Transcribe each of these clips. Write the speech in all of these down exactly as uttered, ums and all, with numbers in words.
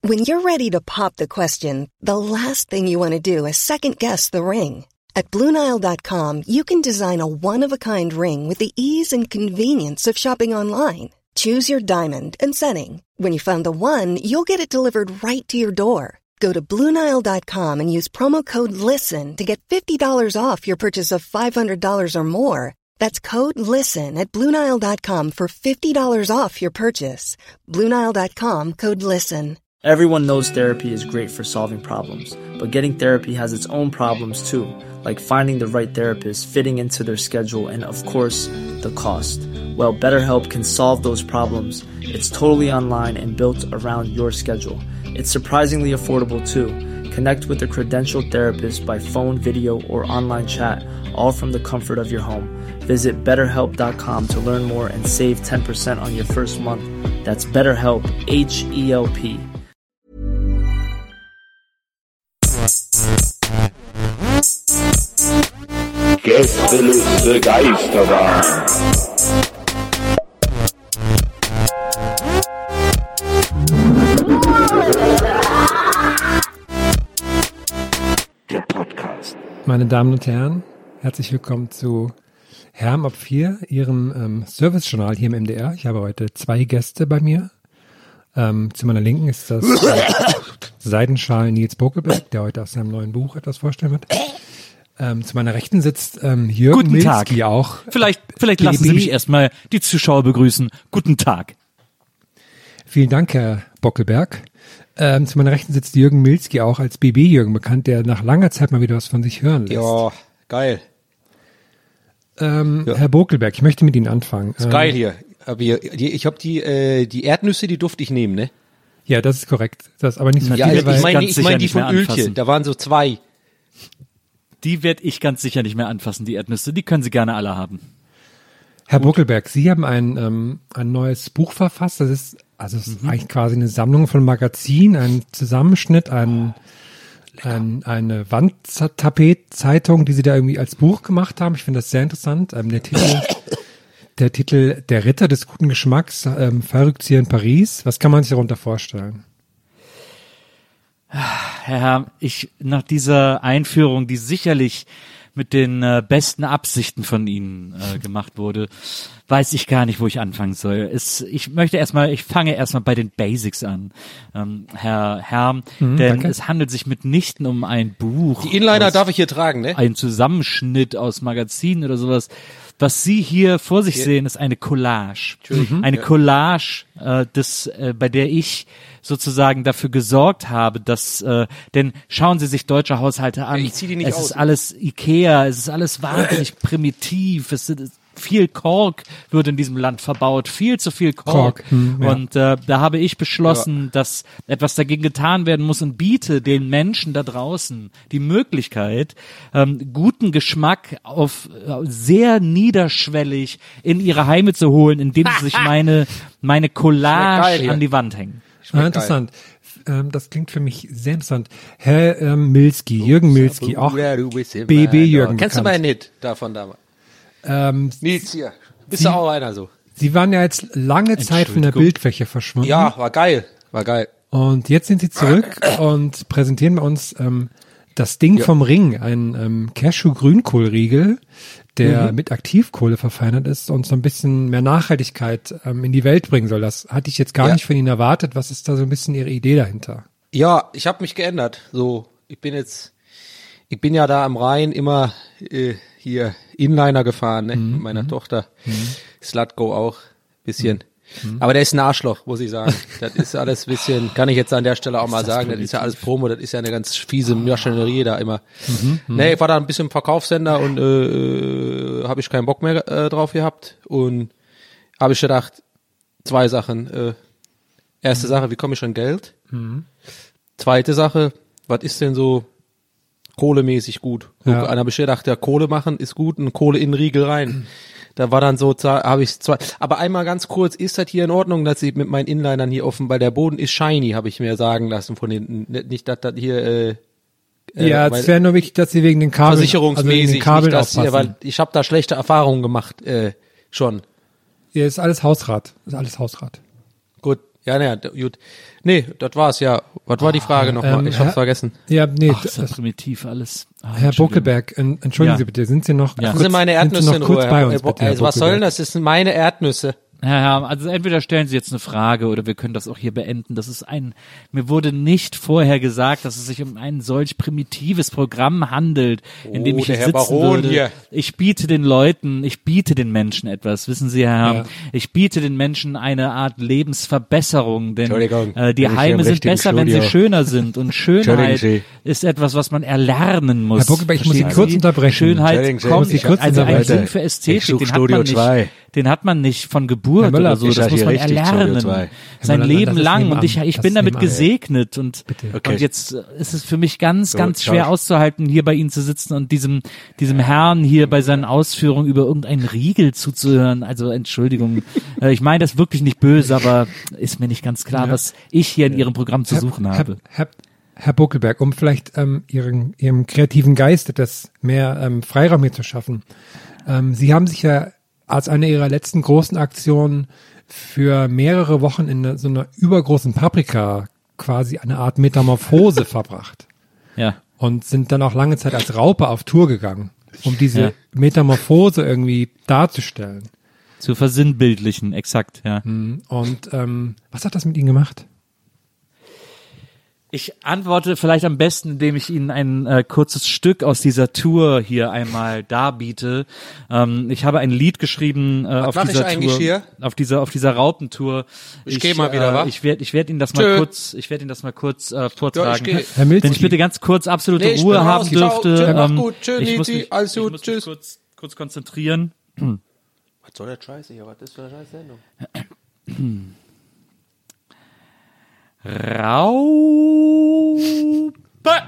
When you're ready to pop the question, the last thing you want to do is second-guess the ring. At Blue Nile dot com, you can design a one-of-a-kind ring with the ease and convenience of shopping online. Choose your diamond and setting. When you find the one, you'll get it delivered right to your door. Go to Blue Nile dot com and use promo code LISTEN to get fifty dollars off your purchase of five hundred dollars or more. That's code LISTEN at Blue Nile dot com for fifty dollars off your purchase. Blue Nile dot com, code LISTEN. Everyone knows therapy is great for solving problems, but getting therapy has its own problems too, like finding the right therapist, fitting into their schedule, and of course, the cost. Well, BetterHelp can solve those problems. It's totally online and built around your schedule. It's surprisingly affordable too. Connect with a credentialed therapist by phone, video, or online chat, all from the comfort of your home. Visit better help dot com to learn more and save ten percent on your first month. That's BetterHelp, H E L P. Gästeliste Geisterbahn. Der Podcast. Meine Damen und Herren, herzlich willkommen zu Herm ab vier, Ihrem ähm, Servicejournal hier im M D R. Ich habe heute zwei Gäste bei mir. Ähm, zu meiner Linken ist das äh, Seidenschal Nils Bokelberg, der heute aus seinem neuen Buch etwas vorstellen wird. Ähm, zu meiner Rechten sitzt ähm, Jürgen Guten Milski Tag. auch. Vielleicht, vielleicht B B. lassen Sie mich erstmal die Zuschauer begrüßen. Guten Tag. Vielen Dank, Herr Bockelberg. Ähm, zu meiner Rechten sitzt Jürgen Milski auch als B B-Jürgen bekannt, der nach langer Zeit mal wieder was von sich hören lässt. Ja, geil. Ähm, Ja. Herr Bokelberg, ich möchte mit Ihnen anfangen. Ist ähm, geil hier. Aber hier, die, ich habe die, äh, die Erdnüsse, die durfte ich nehmen, ne? Ja, das ist korrekt. Das ist aber nicht so Ja, viel, also weil ich meine ganz ich sicher mein die nicht von mehr Ölchen. anfassen. Da waren so zwei. Die werde ich ganz sicher nicht mehr anfassen, die Erdnüsse. Die können Sie gerne alle haben. Herr Bokelberg, Sie haben ein, ähm, ein neues Buch verfasst. Das ist, also es ist eigentlich quasi eine Sammlung von Magazinen, ein Zusammenschnitt, ein, ein, eine Wandtapet-Zeitung, die Sie da irgendwie als Buch gemacht haben. Ich finde das sehr interessant. Ähm, der Titel, der Titel Der Ritter des guten Geschmacks, ähm, Fallrückzieher in Paris. Was kann man sich darunter vorstellen? Herr Herr, ich, nach dieser Einführung, die sicherlich mit den äh, besten Absichten von Ihnen äh, gemacht wurde, weiß ich gar nicht, wo ich anfangen soll. Es, ich möchte erstmal, ich fange erstmal bei den Basics an, ähm, Herr Herr, Mhm, denn danke. es handelt sich mitnichten um ein Buch. Die Inliner aus- darf ich hier tragen, ne? ein Zusammenschnitt aus Magazinen oder sowas. Was Sie hier vor sich sehen, ist eine Collage. Eine Collage, äh, das, äh, bei der ich sozusagen dafür gesorgt habe, dass, äh, denn schauen Sie sich deutsche Haushalte an. Ich zieh die nicht es aus. ist alles Ikea, es ist alles wahnsinnig primitiv, es ist viel Kork wird in diesem Land verbaut, viel zu viel Kork. Kork, hm, ja. Und äh, da habe ich beschlossen, dass etwas dagegen getan werden muss und biete den Menschen da draußen die Möglichkeit, ähm, guten Geschmack auf äh, sehr niederschwellig in ihre Heime zu holen, indem sie sich meine meine Schmeckt geil Collage hier. an die Wand hängen. Ah, interessant. Ähm, das klingt für mich sehr interessant. Herr ähm, Milski, Jürgen Milski, auch B B Jürgen Kennst du bekannt. meinen Hit davon damals? Ähm, Nils hier. Bist Sie- du auch einer so? Sie waren ja jetzt lange Zeit von der Entschuldigung. Bildfläche verschwunden. Ja, war geil. War geil. Und jetzt sind Sie zurück und präsentieren bei uns ähm, das Ding vom Ring, ein ähm, Cashew-Grünkohlriegel, der Mhm. mit Aktivkohle verfeinert ist und so ein bisschen mehr Nachhaltigkeit ähm, in die Welt bringen soll. Das hatte ich jetzt gar Ja. nicht von Ihnen erwartet. Was ist da so ein bisschen Ihre Idee dahinter? Ja, ich habe mich geändert. So, ich bin jetzt, ich bin ja da am Rhein immer äh, hier Inliner gefahren, ne, mit meiner Tochter. Slutgo auch, bisschen. Aber der ist ein Arschloch, muss ich sagen. Das ist alles bisschen, kann ich jetzt an der Stelle auch mal sagen, das ist ja alles Promo, das ist ja eine ganz fiese Maschinerie da immer. Nee, ich war da ein bisschen im Verkaufssender und äh, habe ich keinen Bock mehr äh, drauf gehabt und habe ich gedacht, zwei Sachen. Äh, erste Sache, wie komme ich an Geld? Zweite Sache, was ist denn so kohlemäßig gut? Ja. Dann habe ich gedacht, ja, Kohle machen ist gut, und Kohle in den Riegel rein. Da war dann so, habe ich zwei. Aber einmal ganz kurz, ist das hier in Ordnung, dass ich mit meinen Inlinern hier offen, weil der Boden ist shiny, habe ich mir sagen lassen von hinten. Nicht, dass das hier äh, äh, ja, weil- es wäre nur wichtig, dass Sie wegen den Kabeln, versicherungsmäßig, also wegen den Kabeln nicht, dass, aufpassen. ja, weil ich habe da schlechte Erfahrungen gemacht, äh, schon. Hier ist alles Hausrat. Ist alles Hausrat. Gut. Ja, naja, gut. Nee, das war's, ja. Was war die Frage nochmal? ähm, Ich hab's Herr- vergessen. Ja, nee, Ach, ist das, das primitiv alles. Ah, Herr Entschuldigung. Buckelberg, en- entschuldigen Ja. Sie bitte, sind Sie noch Ja. kurz, Das sind meine sind Erdnüsse Sie in noch Ruhe. kurz bei Herr- uns, Herr- bitte, Herr also, was soll denn Buckelberg? das? Das sind meine Erdnüsse. Ja, ja, also entweder stellen Sie jetzt eine Frage oder wir können das auch hier beenden. Das ist ein, mir wurde nicht vorher gesagt, dass es sich um ein solch primitives Programm handelt, in dem Oh, ich der nicht Herr sitzen Baron würde. hier. Ich biete den Leuten, ich biete den Menschen etwas, wissen Sie, Herr Herr, Ja. ich biete den Menschen eine Art Lebensverbesserung, denn Entschuldigung, äh, die bin ich hier Heime im sind richtigen besser, wenn sie Studio? schöner sind und Schönheit Sie. ist etwas, was man erlernen muss. Herr Buckelberg, ich muss Sie Verstehen kurz unterbrechen. Schönheit Entschuldigen Sie, kommt, muss ich kurz also ein unterbrechen. Sinn für Ästhetik, Ich such den hat Studio man nicht, zwei. den hat man nicht von Geburt Herr Müller, oder so, ich das sag muss hier man richtig, Studio erlernen. zwei. Sein Herr Müller, Leben das ist lang nebenan. und ich, ich Das bin ist damit nebenan. gesegnet und, Okay. und jetzt ist es für mich ganz, So, ganz schau schwer ich- auszuhalten, hier bei Ihnen zu sitzen und diesem, diesem Herrn hier bei seinen Ausführungen über irgendeinen Riegel zuzuhören. Also Entschuldigung, Äh, ich meine das wirklich nicht böse, aber ist mir nicht ganz klar, was ich hier in Ihrem Programm zu suchen Herr, habe. Herr, Herr Buckelberg, um vielleicht ähm, Ihren, Ihrem kreativen Geist etwas mehr ähm, Freiraum hier zu schaffen. Ähm, Sie haben sich ja als eine Ihrer letzten großen Aktionen für mehrere Wochen in eine, so einer übergroßen Paprika quasi eine Art Metamorphose verbracht Ja. und sind dann auch lange Zeit als Raupe auf Tour gegangen, um diese Ja. Metamorphose irgendwie darzustellen. Zu versinnbildlichen, exakt, ja. Und ähm, was hat das mit Ihnen gemacht? Ich antworte vielleicht am besten, indem ich Ihnen ein äh, kurzes Stück aus dieser Tour hier einmal darbiete. Ähm, ich habe ein Lied geschrieben äh, auf mach dieser ich eigentlich Tour, hier? auf dieser auf dieser Raupentour. Ich geh mal wieder, äh, wa? Ich werde ich werde Ihnen das mal Tschö. kurz, ich werde Ihnen das mal kurz äh, vortragen. Ja, ich geh. Herr Milzki. Wenn ich bitte ganz kurz absolute Nee, ich Ruhe bin haben raus. Ciao. dürfte. Tschö, mach ähm, gut. Tschö, ich muss Niti. mich, Alles ich gut. muss mich Tschüss. kurz kurz konzentrieren. Was soll der Scheiße hier? Was ist für eine scheiß Sendung? Raupe.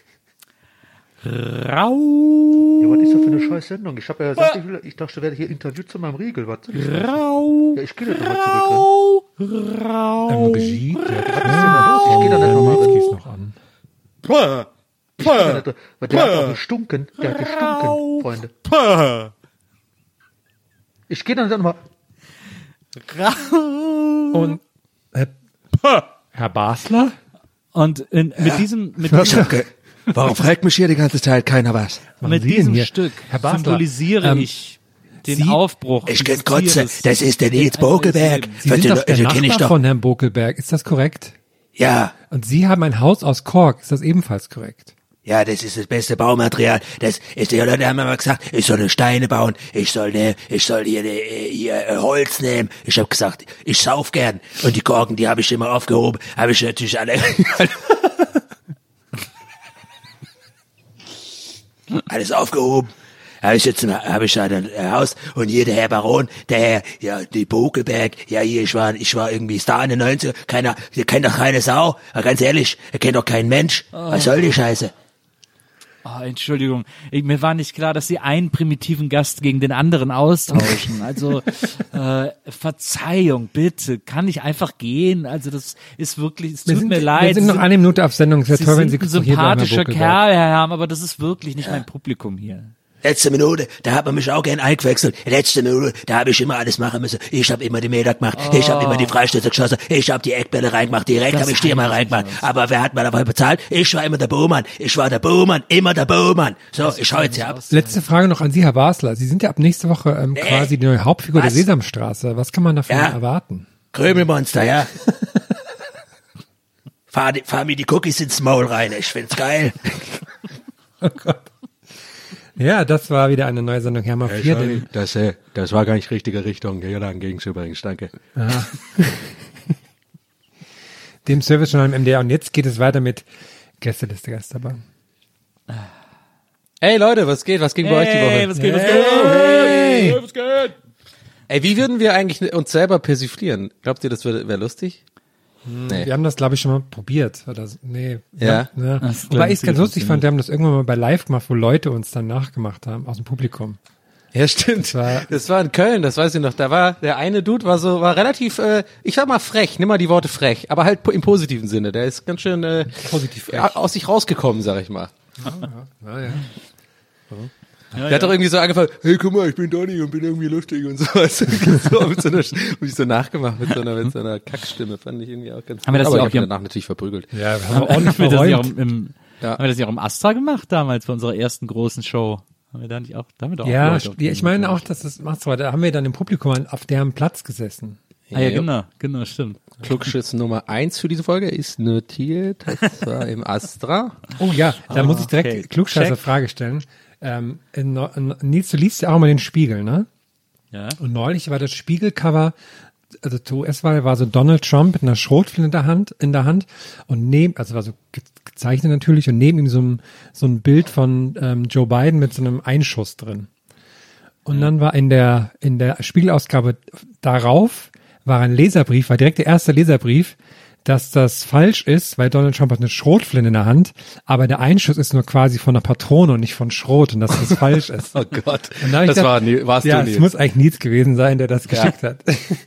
Raupe. Ja, was ist das für eine scheiß Sendung? Ich habe ja gesagt, ich, will, ich dachte, ich werde hier interviewt zu meinem Riegel. Was soll ich das? Rau. Ja, ich gehe da nochmal zurück. Rau. Rau. Ähm, Regie, der Was ist denn da los? Ich gehe da nicht nochmal Milzki rein. ist noch an. Ich geh da nicht, weil der hat auch gestunken. Der hat gestunken, Freunde. Ich gehe da nicht nochmal. Und Herr, Herr Basler? Und in, mit diesem, mit diesem, Schöpke, warum fragt mich hier die ganze Zeit keiner was? machen mit Sie denn diesem hier? Stück Herr Basler, symbolisiere ähm, ich den Sie- Aufbruch. Ich dieses kenn Kotze, Tieres das ist der in Nils ein neues Bokelberg. Leben. Sie sind doch der Also kenn ich Nachbar doch. von Herrn Bokelberg, ist das korrekt? Ja, Und Sie haben ein Haus aus Kork, ist das ebenfalls korrekt? ja, das ist das beste Baumaterial. Das ist, die Leute haben immer gesagt, ich soll eine Steine bauen, ich soll ne, ich soll hier, ne, hier äh, Holz nehmen. Ich habe gesagt, ich sauf gern. Und die Korken, die habe ich immer aufgehoben, habe ich natürlich alle, alles aufgehoben. Habe ich jetzt ein, habe ich da ein Haus und hier der Herr Baron, der Herr, ja, die Bokelberg, ja hier, ich war, ich war irgendwie Star in den neunziger, keiner, ihr kennt doch keine Sau, ja, ganz ehrlich, ihr kennt doch keinen Mensch. Was soll die Scheiße? Oh, Entschuldigung, ich, mir war nicht klar, dass Sie einen primitiven Gast gegen den anderen austauschen. Also äh, Verzeihung, bitte, kann ich einfach gehen? Also das ist wirklich, es Wir tut sind, mir wir leid. sind Sie noch eine Minute auf Sendung, es wäre Sie toll, wenn Sie sind ein kurz noch hier bleiben, Herr sympathischer Bokelberg. Kerl, Herr Herm, aber das ist wirklich nicht mein Publikum hier. Letzte Minute, da hat man mich auch gern eingewechselt. Letzte Minute, da habe ich immer alles machen müssen. Ich habe immer die Meter gemacht, ich habe immer die Freistöße geschossen, ich habe die Eckbälle reingemacht, direkt Das habe ich die immer heißt reingemacht. nicht Aber wer hat mir dabei bezahlt? Ich war immer der Baumann, ich war der Baumann, immer der Baumann. So, ich hau jetzt hier ab. Letzte Frage noch an Sie, Herr Basler. Sie sind ja ab nächste Woche ähm, quasi die neue Hauptfigur Was? der Sesamstraße. Was kann man davon Ja. erwarten? Krümelmonster, ja. fahr, die- fahr mir die Cookies ins Maul rein, ich find's geil. Ja, das war wieder eine neue Sendung Herr Hey, vier. sorry, das, äh, das war gar nicht richtige Richtung. Hier lang ging's übrigens, danke. Dem Service-Journal im M D R. Und jetzt geht es weiter mit Gästeliste Geisterbahn. Hey Leute, was geht? Was ging bei euch die Woche? Hey, was geht, was geht? Hey! Was geht? Ey, wie würden wir eigentlich uns selber persiflieren? Glaubt ihr, das wäre wär lustig? Nee. Wir haben das, glaube ich, schon mal probiert. Oder so. Nee. Ja? ja. Das Wobei ich es klingt ganz viel lustig fand, wir haben das irgendwann mal bei Live gemacht, wo Leute uns dann nachgemacht haben, aus dem Publikum. Ja, stimmt. Das war- Das war in Köln, das weiß ich noch. Da war der eine Dude war so, war relativ, äh, ich sag mal frech, nimm mal die Worte frech, aber halt po- im positiven Sinne. Der ist ganz schön äh, Positiv frech. ja, aus sich rausgekommen, sag ich mal. Ja, ja. Der hat doch irgendwie so angefangen, hey, guck mal, ich bin Donny und bin irgendwie lustig und so. Also, so mit so einer, hab ich so nachgemacht mit so einer, mit so einer Kackstimme. Fand ich irgendwie auch ganz Haben wir das Aber ja ich auch hab hier- ihn danach natürlich verprügelt. Ja, wir haben auch nicht Haben wir das nicht auch verräumt. im, Ja. haben wir das nicht auch im Astra gemacht damals bei unserer ersten großen Show? Haben wir da nicht auch, da haben wir doch auch Ja, Leute auf ja, ich die- meine auch, dass das macht's aber. Da haben wir dann im Publikum auf deren Platz gesessen. Ah ja, genau, genau, stimmt. Klugschiss Nummer eins für diese Folge ist notiert. Das war im Astra. Oh ja, da muss ich direkt okay. klugscheißer Check. Frage stellen. Ähm, in, in, Nils, du liest ja auch immer den Spiegel, ne? Ja. Und neulich war das Spiegelcover, also zur U S-Wahl war so Donald Trump mit einer Schrotflinte in der Hand, in der Hand und neben, also war so ge- gezeichnet natürlich und neben ihm so ein, so ein Bild von ähm, Joe Biden mit so einem Einschuss drin. Und dann war in der, in der Spiegelausgabe darauf war ein Leserbrief, war direkt der erste Leserbrief, dass das falsch ist, weil Donald Trump hat eine Schrotflinte in der Hand, aber der Einschuss ist nur quasi von einer Patrone und nicht von Schrot und dass das falsch ist. Oh Gott. Und da hab ich Das gedacht, war, Ni- warst ja, du, es Nils. muss eigentlich Nils gewesen sein, der das geschickt hat.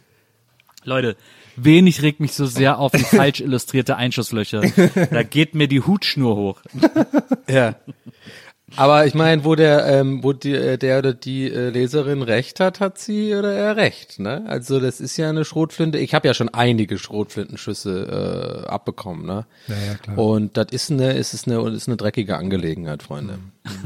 Leute, wenig regt mich so sehr auf wie falsch illustrierte Einschusslöcher. Da geht mir die Hutschnur hoch. Ja. Aber ich meine, wo der, ähm, wo die, äh, der oder die äh, Leserin recht hat, hat sie oder er recht, ne? Also das ist ja eine Schrotflinte. Ich habe ja schon einige Schrotflintenschüsse äh, abbekommen, ne? Ja, ja, klar. Und das ist eine, ist es eine, ist eine dreckige Angelegenheit, Freunde.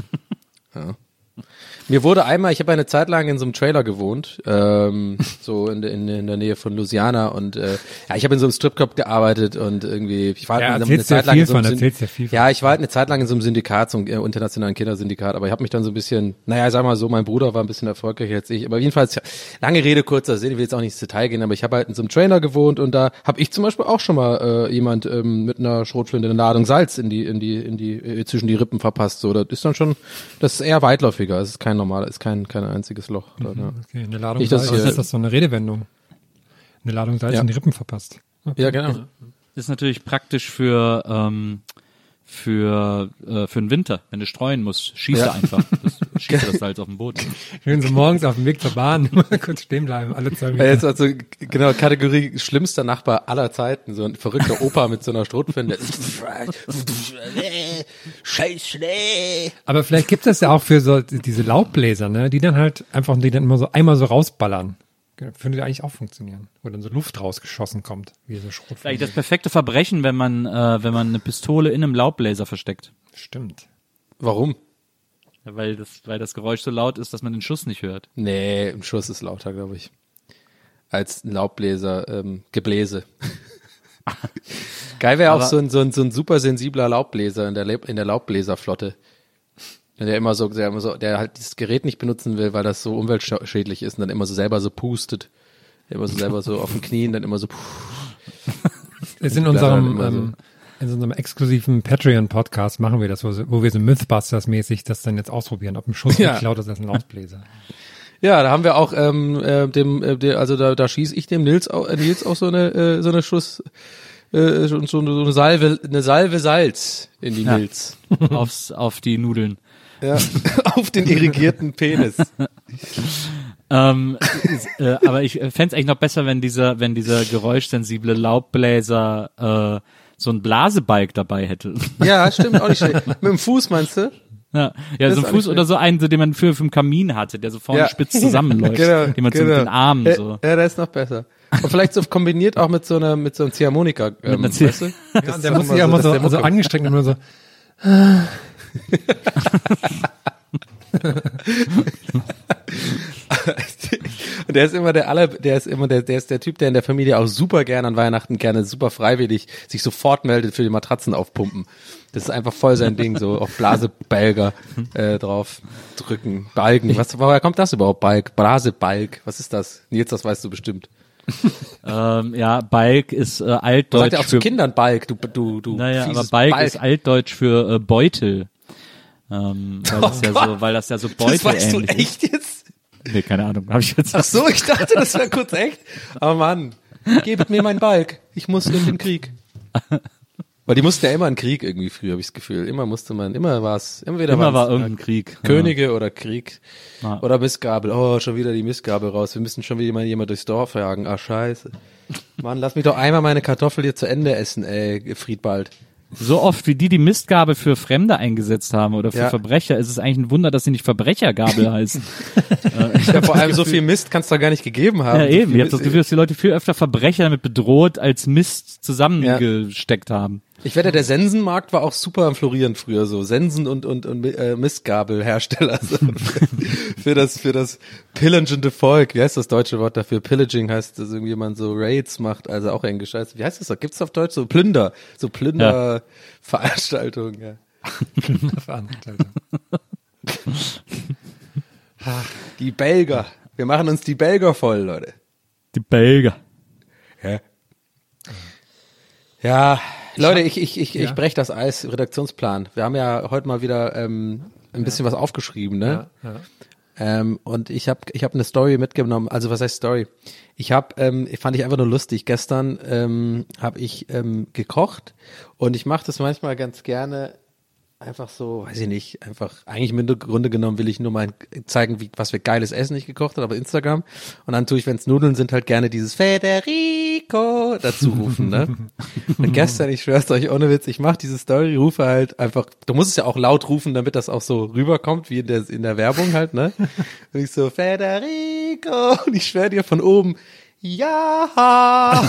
Ja. Mir wurde einmal, ich habe eine Zeit lang in so einem Trailer gewohnt, ähm, so in, in, in der Nähe von Louisiana und äh, ja, ich habe in so einem Stripclub gearbeitet und irgendwie, ich war Ja, halt eine erzählst du ja Zeit lang viel in so einem von, Syn- erzählst ja viel von. Ja, ich war halt eine Zeit lang in so einem Syndikat, so einem äh, internationalen Kindersyndikat, aber ich habe mich dann so ein bisschen, naja, sag mal so, mein Bruder war ein bisschen erfolgreicher als ich, aber jedenfalls, lange Rede, kurzer Sinn, ich will jetzt auch nicht ins Detail gehen, aber ich habe halt in so einem Trailer gewohnt und da habe ich zum Beispiel auch schon mal äh, jemand ähm, mit einer Schrotflinte eine Ladung Salz in die, in die, in die, äh, zwischen die Rippen verpasst, so, das ist dann schon, das ist eher weitläufiger, es ist kein normal, ist kein, kein einziges Loch. Da, ja. Okay, eine Ladung Nicht, dass Salz, hier- ist das so eine Redewendung? Eine Ladung Salz Ja. in die Rippen verpasst. Ja, genau. Ist natürlich praktisch für, ähm, für, äh, für den Winter. Wenn du streuen musst, schießt Ja. er einfach. Das, schießt er das Salz auf den Boden. Schön so morgens auf dem Weg zur Bahn, mal kurz stehen bleiben, alle zwei Ja, Meter. jetzt also genau Kategorie schlimmster Nachbar aller Zeiten, so ein verrückter Opa mit so einer Schrotflinte. Scheiß Schnee. Aber vielleicht gibt es ja auch für so diese Laubbläser, ne, die dann halt einfach, die dann immer so einmal so rausballern. Würde ja eigentlich auch funktionieren. Wo dann so Luft rausgeschossen kommt, wie so Vielleicht Schrotflinte. das perfekte Verbrechen, wenn man, äh, wenn man eine Pistole in einem Laubbläser versteckt. Stimmt. Warum? Ja, weil das, weil das Geräusch so laut ist, dass man den Schuss nicht hört. Nee, ein Schuss ist lauter, glaube ich. Als ein Laubbläser, ähm, Gebläse. Geil wäre auch Aber- so ein, so ein, so ein super sensibler Laubbläser in der, Laub- in der Laubbläserflotte. Der immer so, der immer so, der halt dieses Gerät nicht benutzen will, weil das so umweltschädlich ist und dann immer so selber so pustet. Der immer so selber so auf den Knien, dann immer so, Es in Blättern unserem, immer so. ähm, in so einem exklusiven Patreon-Podcast machen wir das, wo, wo wir so Mythbusters-mäßig das dann jetzt ausprobieren, ob ein Schuss Ja. wirklich lauter ist als ein Laubbläser. Ja, da haben wir auch ähm, äh, dem, äh, der, also da, da schieße ich dem Nils auch, äh, Nils auch so eine äh, so eine Schuss, äh, so, so eine Salve, eine Salve Salz in die Ja. Nils. Aufs, auf die Nudeln. Ja, auf den irrigierten Penis. Ähm, ist, äh, aber ich fänd's eigentlich noch besser, wenn dieser, wenn dieser geräuschsensible Laubbläser äh, so ein Blasebalg dabei hätte. Ja, stimmt, auch nicht schlecht. Mit dem Fuß meinst du? Ja, ja Das so ist ein auch Fuß nicht oder so einen, so, den man für, für den Kamin hatte, der so vorne Ja. spitz zusammenläuft, Genau, den man so genau. mit den Armen Ja, so. Ja, der ist noch besser. Und vielleicht so kombiniert auch mit so einer, mit so einem Ziehharmonika, ähm, einer Zieh- weißt du? Ja, Das und der ist muss sich ja so, immer dass so, der also Mucke- angestrengt und immer so, Und der ist immer der aller, der ist immer der, der ist der Typ, der in der Familie auch super gerne an Weihnachten gerne super freiwillig sich sofort meldet für die Matratzen aufpumpen. Das ist einfach voll sein Ding, so auf Blasebalger äh, drauf drücken. Balgen. Was, woher kommt das überhaupt? Balg, Blasebalg. Was ist das? Nils, das weißt du bestimmt. Ähm, ja, Balg ist äh, Man sagt altdeutsch ja auch für zu Kindern Balg, du, du, du. Naja, aber fieses Balg, Balg. ist altdeutsch für äh, Beutel. Ähm, weil das ja so, weil das ja so Das weißt du beutelähnlich ist. echt jetzt? Nee, keine Ahnung, habe ich jetzt. Ach so, ich dachte, das wäre kurz echt. Aber Mann, gebet mir meinen Balg. Ich muss in den Krieg. Weil die mussten ja immer in den Krieg irgendwie früher, habe ich das Gefühl. Immer musste man, immer war es, immer wieder Immer waren's, war irgendein Krieg. Könige oder Krieg. Ja. Oder Missgabel. Oh, schon wieder die Missgabel raus. Wir müssen schon wieder mal jemand durchs Dorf jagen. Ah, scheiße. Mann, lass mich doch einmal meine Kartoffel hier zu Ende essen, ey, Friedbald. So oft, wie die die Mistgabel für Fremde eingesetzt haben oder für Ja. Verbrecher, ist es eigentlich ein Wunder, dass sie nicht Verbrechergabel heißt. Ja, vor allem so viel Mist kannst du doch gar nicht gegeben haben. Ja, So eben. viel Ich habe das Mist- Gefühl, dass die Leute viel öfter Verbrecher damit bedroht, als Mist zusammengesteckt haben. Ich wette, der Sensenmarkt war auch super am Florieren früher so. Sensen- und, und, und äh, Mistgabelhersteller. So. für das, für das pillagende Volk. Wie heißt das deutsche Wort dafür? Pillaging heißt, dass irgendjemand so Raids macht, also auch Englisch heißt. Wie heißt das? Gibt's auf Deutsch so Plünder? So Plünderveranstaltungen, ja. Veranstaltung. Die Belger. Wir machen uns die Belger voll, Leute. Die Belger. Ja. Ja, Leute, ich, ich, ich, Ja. ich brech das Eis, Redaktionsplan. Wir haben ja heute mal wieder ähm, ein bisschen was aufgeschrieben, ne? Ja, ja. Ähm, und ich habe ich hab eine Story mitgenommen, also was heißt Story? Ich habe, ähm, fand ich einfach nur lustig, gestern ähm, habe ich ähm, gekocht und ich mache das manchmal ganz gerne einfach so, weiß ich nicht, einfach, eigentlich im Grunde genommen will ich nur mal zeigen, wie, was für geiles Essen ich gekocht habe auf Instagram und dann tue ich, wenn es Nudeln sind, halt gerne dieses Federico dazu rufen, ne? Und gestern, ich schwör's euch, ohne Witz, ich mache diese Story, rufe halt einfach, du musst es ja auch laut rufen, damit das auch so rüberkommt, wie in der, in der Werbung halt, ne? Und ich so, Federico, und ich schwör dir von oben, ja.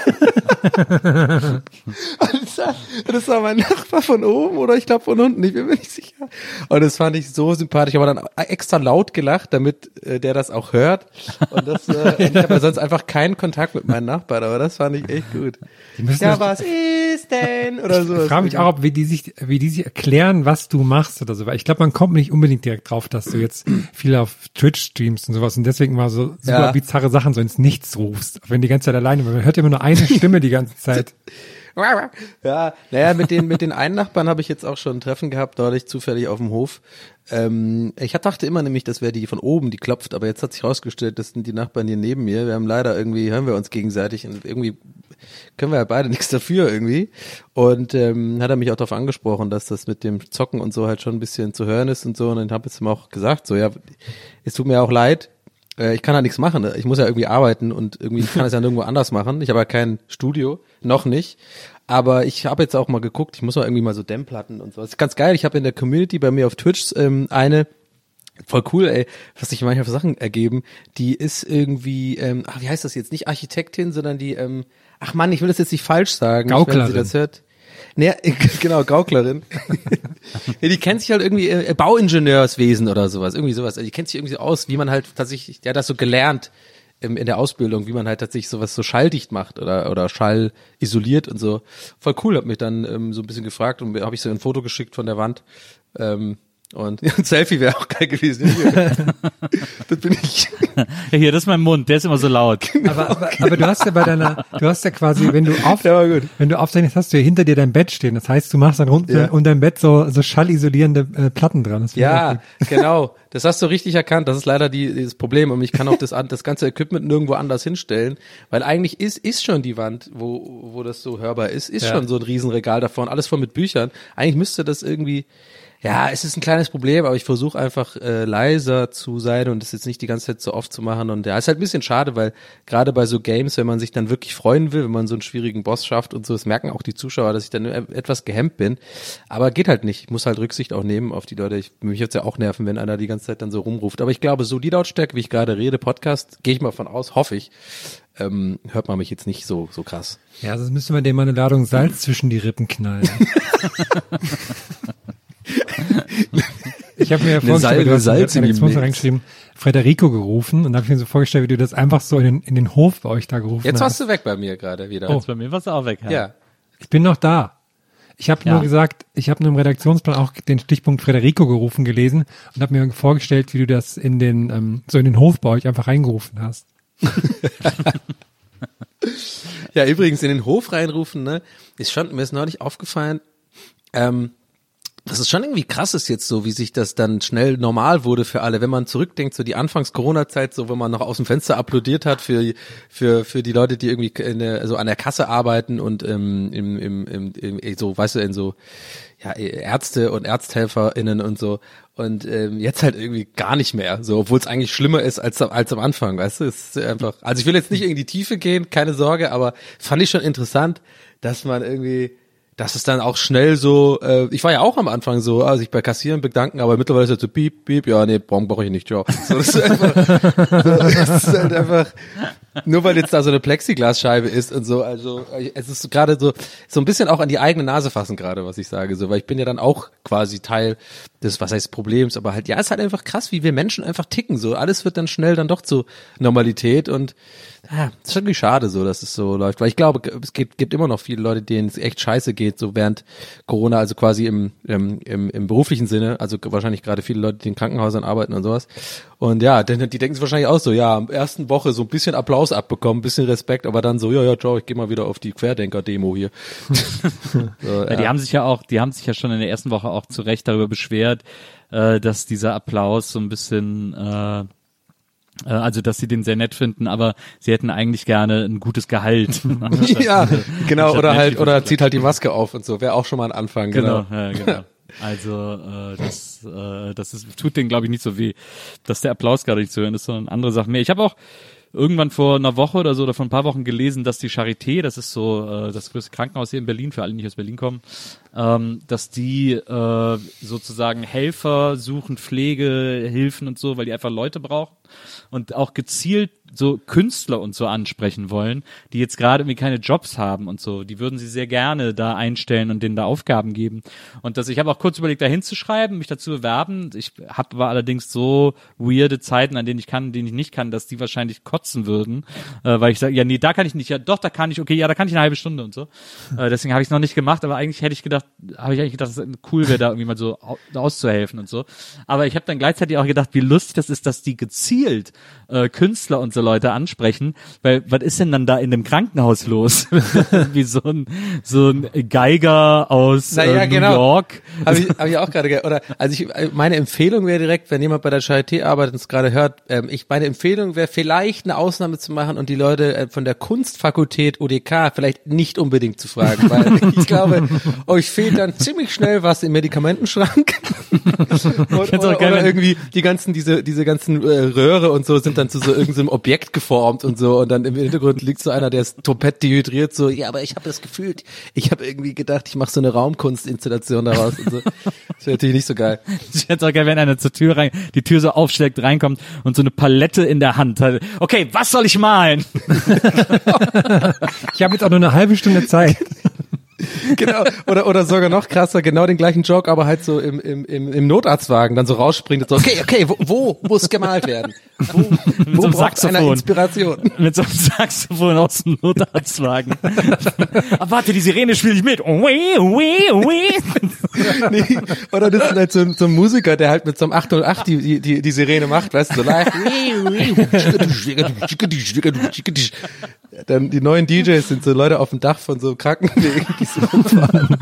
Und das, war, das war mein Nachbar von oben oder ich glaube von unten, ich bin mir nicht sicher. Und das fand ich so sympathisch. Ich habe dann extra laut gelacht, damit äh, der das auch hört. Und das, äh, und ich habe sonst einfach keinen Kontakt mit meinen Nachbarn, aber das fand ich echt gut. Die müssen Ja, das- was ist denn? Oder so. Ich frage mich auch, ob wie die sich, wie die sich erklären, was du machst oder so. Weil ich glaube, man kommt nicht unbedingt direkt drauf, dass du jetzt viel auf Twitch streamst und sowas und deswegen mal so super Ja. bizarre Sachen so ins Nichts rufst. Wenn die ganze Zeit alleine, weil man hört immer nur eine Stimme die ganze Zeit. Ja, naja, mit den, mit den einen Nachbarn habe ich jetzt auch schon ein Treffen gehabt, neulich zufällig auf dem Hof. Ähm, ich dachte immer nämlich, das wäre die von oben, die klopft, aber jetzt hat sich rausgestellt, das sind die Nachbarn hier neben mir. Wir haben leider irgendwie, hören wir uns gegenseitig und irgendwie können wir ja beide nichts dafür irgendwie. Und ähm, hat er mich auch darauf angesprochen, dass das mit dem Zocken und so halt schon ein bisschen zu hören ist und so. Und dann habe ich ihm auch gesagt, so ja, es tut mir auch leid, ich kann da nichts machen. Ich muss ja irgendwie arbeiten und irgendwie kann es ja nirgendwo anders machen. Ich habe ja kein Studio, noch nicht. Aber ich habe jetzt auch mal geguckt, ich muss mal irgendwie mal so Dämmplatten und so. Das ist ganz geil. Ich habe in der Community bei mir auf Twitch ähm, eine, voll cool, ey, was sich manchmal für Sachen ergeben. Die ist irgendwie, ähm, ach, wie heißt das jetzt? Nicht Architektin, sondern die, ähm, ach Mann, ich will das jetzt nicht falsch sagen. Gauklerin. Wenn sie das hört. Nee, genau, Gauklerin. Ja, die kennt sich halt irgendwie äh, Bauingenieurswesen oder sowas, irgendwie sowas. Also die kennt sich irgendwie so aus, wie man halt tatsächlich, der hat das so gelernt im, in der Ausbildung, wie man halt tatsächlich sowas so schalldicht macht oder oder Schall isoliert und so. Voll cool, hab mich dann ähm, so ein bisschen gefragt und habe ich so ein Foto geschickt von der Wand. Ähm, und ein Selfie wäre auch geil gewesen. Das bin ich. Ja, hier, das ist mein Mund, der ist immer so laut. Aber, aber, aber du hast ja bei deiner, du hast ja quasi, wenn du auf, Der war gut. wenn du aufzeichnest, hast du ja hinter dir dein Bett stehen. Das heißt, du machst dann rund Ja. um dein Bett so, so schallisolierende äh, Platten dran. Das finde ich auch Ja, gut. genau. Das hast du richtig erkannt. Das ist leider die, das Problem. Und ich kann auch das, das ganze Equipment nirgendwo anders hinstellen, weil eigentlich ist, ist schon die Wand, wo, wo das so hörbar ist, ist Ja. schon so ein Riesenregal davon, alles voll mit Büchern. Eigentlich müsste das irgendwie, ja, es ist ein kleines Problem, aber ich versuche einfach äh, leiser zu sein und das jetzt nicht die ganze Zeit so oft zu machen. Und ja, ist halt ein bisschen schade, weil gerade bei so Games, wenn man sich dann wirklich freuen will, wenn man so einen schwierigen Boss schafft und so, das merken auch die Zuschauer, dass ich dann etwas gehemmt bin. Aber geht halt nicht. Ich muss halt Rücksicht auch nehmen auf die Leute. Ich, mich jetzt ja auch nerven, wenn einer die ganze Zeit dann so rumruft. Aber ich glaube, so die Lautstärke, wie ich gerade rede, Podcast, gehe ich mal von aus, hoffe ich, ähm, hört man mich jetzt nicht so so krass. Ja, sonst müsste man dem mal eine Ladung Salz zwischen die Rippen knallen. Ich habe mir ja vorgestellt, Salbe du hast Salz in die Milch. reingeschrieben, Frederico gerufen und da habe ich mir so vorgestellt, wie du das einfach so in den, in den Hof bei euch da gerufen Jetzt hast. warst du weg bei mir gerade wieder. Jetzt bei mir war's auch weg. Ja. Ich bin noch da. Ich habe Ja. nur gesagt, ich habe nur im Redaktionsplan auch den Stichpunkt Frederico gerufen gelesen und habe mir vorgestellt, wie du das in den ähm, so in den Hof bei euch einfach reingerufen hast. Ja, übrigens in den Hof reinrufen, ne, ist schon, mir ist neulich aufgefallen, ähm, das ist schon irgendwie krass ist jetzt so, wie sich das dann schnell normal wurde für alle. Wenn man zurückdenkt, so die Anfangs-Corona-Zeit, so wenn man noch aus dem Fenster applaudiert hat für für für die Leute, die irgendwie in der, so an der Kasse arbeiten und ähm, im, im, im, im so, weißt du, in so ja Ärzte und ÄrzthelferInnen und so. Und ähm, jetzt halt irgendwie gar nicht mehr, so, obwohl es eigentlich schlimmer ist als als am Anfang, weißt du? Es ist einfach. Also ich will jetzt nicht in die Tiefe gehen, keine Sorge, aber fand ich schon interessant, dass man irgendwie das ist dann auch schnell so, äh, ich war ja auch am Anfang so, also ich bei Kassieren bedanken, aber mittlerweile ist es so piep, piep, ja, nee, brauche brauch ich nicht, ciao. So, das ist einfach, so, das ist halt einfach, nur weil jetzt da so eine Plexiglasscheibe ist und so, also es ist gerade so, so ein bisschen auch an die eigene Nase fassen gerade, was ich sage, so, weil ich bin ja dann auch quasi Teil des, was heißt Problems, aber halt, ja, es ist halt einfach krass, wie wir Menschen einfach ticken, so, alles wird dann schnell dann doch zur Normalität und ja, das ist irgendwie schade so, dass es so läuft, weil ich glaube, es gibt, gibt immer noch viele Leute, denen es echt scheiße geht, so während Corona, also quasi im, im, im, im beruflichen Sinne, also wahrscheinlich gerade viele Leute, die in Krankenhäusern arbeiten und sowas. Und ja, die, die denken es wahrscheinlich auch so, ja, am ersten Woche so ein bisschen Applaus abbekommen, ein bisschen Respekt, aber dann so, ja, ja, ciao, ich gehe mal wieder auf die Querdenker-Demo hier. so, ja, die ja. haben sich ja auch, die haben sich ja schon in der ersten Woche auch zu Recht darüber beschwert, äh, dass dieser Applaus so ein bisschen, äh, also, dass sie den sehr nett finden, aber sie hätten eigentlich gerne ein gutes Gehalt. ja, genau, oder halt, oder zieht halt die Maske auf und so, wäre auch schon mal ein Anfang. Genau, genau. ja, genau. Also, äh, das, äh, das ist, tut denen, glaube ich, nicht so weh, dass der Applaus gerade nicht zu hören ist, sondern andere Sachen mehr. Ich habe auch irgendwann vor einer Woche oder so oder vor ein paar Wochen gelesen, dass die Charité, das ist so äh, das größte Krankenhaus hier in Berlin, für alle, die nicht aus Berlin kommen, ähm, dass die äh, sozusagen Helfer suchen, Pflegehilfen und so, weil die einfach Leute brauchen und auch gezielt so Künstler und so ansprechen wollen, die jetzt gerade irgendwie keine Jobs haben und so. Die würden sie sehr gerne da einstellen und denen da Aufgaben geben. Und das, ich habe auch kurz überlegt, da hinzuschreiben, mich dazu bewerben. Ich habe aber allerdings so weirde Zeiten, an denen ich kann, denen ich nicht kann, dass die wahrscheinlich kotzen würden, äh, weil ich sage, ja, nee, da kann ich nicht. Ja, doch, da kann ich. Okay, ja, da kann ich eine halbe Stunde und so. Äh, deswegen habe ich es noch nicht gemacht, aber eigentlich hätte ich gedacht, habe ich eigentlich gedacht, dass es cool wäre, da irgendwie mal so au- auszuhelfen und so. Aber ich habe dann gleichzeitig auch gedacht, wie lustig das ist, dass die gezielt äh, Künstler und so Leute ansprechen, weil was ist denn dann da in dem Krankenhaus los? Wie so ein so ein Geiger aus naja, äh, New genau. York. Habe ich, hab ich auch gerade, ge- oder, also ich, meine Empfehlung wäre direkt, wenn jemand bei der Charité arbeitet und es gerade hört, ähm, ich, meine Empfehlung wäre vielleicht eine Ausnahme zu machen und die Leute äh, von der Kunstfakultät O D K vielleicht nicht unbedingt zu fragen, weil ich glaube, euch fehlt dann ziemlich schnell was im Medikamentenschrank. und, oder, geil, oder irgendwie die ganzen, diese, diese ganzen äh, Röhre und so sind dann zu so irgendeinem Objekt geformt und so und dann im Hintergrund liegt so einer, der ist komplett dehydriert, so, ja, aber ich habe das Gefühl, ich habe irgendwie gedacht, ich mache so eine Raumkunstinstallation daraus und so. Das wäre natürlich nicht so geil. Ich hätte auch geil, wenn einer zur Tür rein, die Tür so aufschlägt, reinkommt und so eine Palette in der Hand hat. Okay, was soll ich malen? Ich habe jetzt auch nur eine halbe Stunde Zeit. Genau, oder oder sogar noch krasser, genau den gleichen Joke, aber halt so im im im, im Notarztwagen dann so rausspringt und so, okay, okay, wo, wo muss gemalt werden? Wo, wo so einem braucht's einer Saxophon. Inspiration? Mit so einem Saxophon aus dem Notarztwagen. Aber warte, die Sirene spiele ich mit. Ui, ui, ui. Nee, oder das ist halt so, ein- so ein Musiker, der halt mit so einem acht null acht die die die, die Sirene macht, weißt du, so live. Dann die neuen D Js sind so Leute auf dem Dach von so Krankenwegen, die so rumfahren.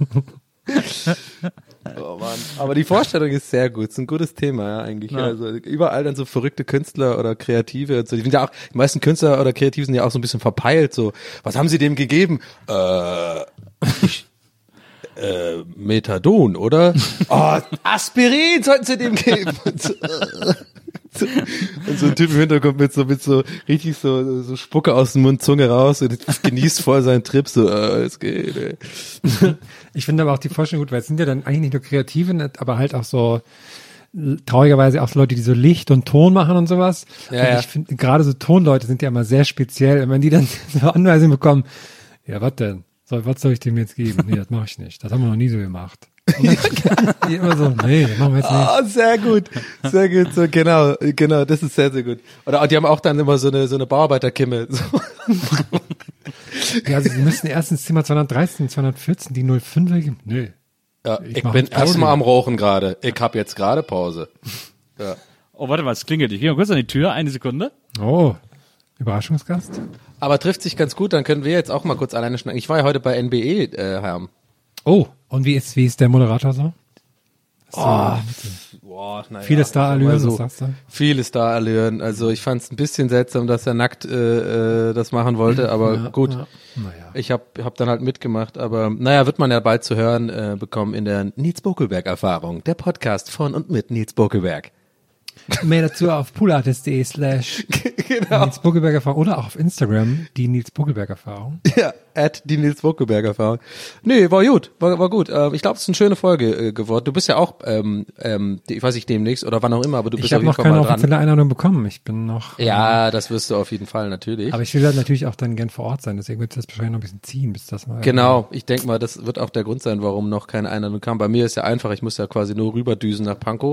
Oh Mann. Aber die Vorstellung ist sehr gut. Ist ein gutes Thema, ja, eigentlich. Ja. Also überall dann so verrückte Künstler oder Kreative und so. Die sind ja auch, die meisten Künstler oder Kreative sind ja auch so ein bisschen verpeilt, so. Was haben sie dem gegeben? Äh, ich, äh, Methadon, oder? Oh, Aspirin sollten sie dem geben. Und so, äh, so, und so ein Typ im Hintergrund mit so, mit so richtig so, so Spucke aus dem Mund, Zunge raus und genießt voll seinen Trip, so, äh, es geht, ey. Ich finde aber auch die Vorstellung gut, weil es sind ja dann eigentlich nicht nur Kreative, aber halt auch so traurigerweise auch so Leute, die so Licht und Ton machen und sowas. Ja, und ja. ich finde, gerade so Tonleute sind ja immer sehr speziell. Und wenn die dann so Anweisungen bekommen, ja, was denn? So, was soll ich dem jetzt geben? Nee, das mache ich nicht. Das haben wir noch nie so gemacht. Und dann die immer so, nee, das machen wir jetzt nicht. Oh, sehr gut, sehr gut, so, genau, genau, das ist sehr, sehr gut. Oder die haben auch dann immer so eine, so eine Bauarbeiterkimme. So. Ja, also sie müssen erst ins Zimmer zweihundertdreizehn, zweihundertvierzehn, die null fünf geben. Nee. Ja, Ich ich mach bin jetzt Pause. erstmal am Rauchen gerade. Ich hab jetzt gerade Pause. Ja. Oh, warte mal, es klingelt. Ich gehe mal kurz an die Tür, eine Sekunde. Oh, Überraschungsgast? Aber trifft sich ganz gut, dann können wir jetzt auch mal kurz alleine schnacken. Ich war ja heute bei N B E, äh, Herm. Oh, und wie ist, wie ist der Moderator so? Oh, boah, naja, Viele Star-Allüren, also, was sagst du? Viele Star-Allüren. Also ich fand es ein bisschen seltsam, dass er nackt äh, äh, das machen wollte, aber Ja, gut. ja. Naja. Ich hab, hab dann halt mitgemacht, aber naja, wird man ja bald zu hören äh, bekommen in der Nils Bokelberg-Erfahrung. Der Podcast von und mit Nils Bokelberg. Mehr dazu auf poolartist.de slash Genau. Nils Buckelberg Erfahrung oder auch auf Instagram, die Nils Buckelberg Erfahrung. Ja, at die Nils Buckelberg Erfahrung. Nee, war gut, war, war gut. Äh, ich glaube, es ist eine schöne Folge äh, geworden. Du bist ja auch, ähm, ähm, ich weiß nicht, demnächst oder wann auch immer, aber du bist Ich habe auf jeden noch Fall keine mal dran. offizielle Einladung bekommen. Ich bin noch. Ja, das wirst du auf jeden Fall, natürlich. Aber ich will halt natürlich auch dann gern vor Ort sein, deswegen wird es das wahrscheinlich noch ein bisschen ziehen, bis das mal. Genau, ich denke mal, das wird auch der Grund sein, warum noch keine Einladung kam. Bei mir ist ja einfach, ich muss ja quasi nur rüberdüsen nach Pankow.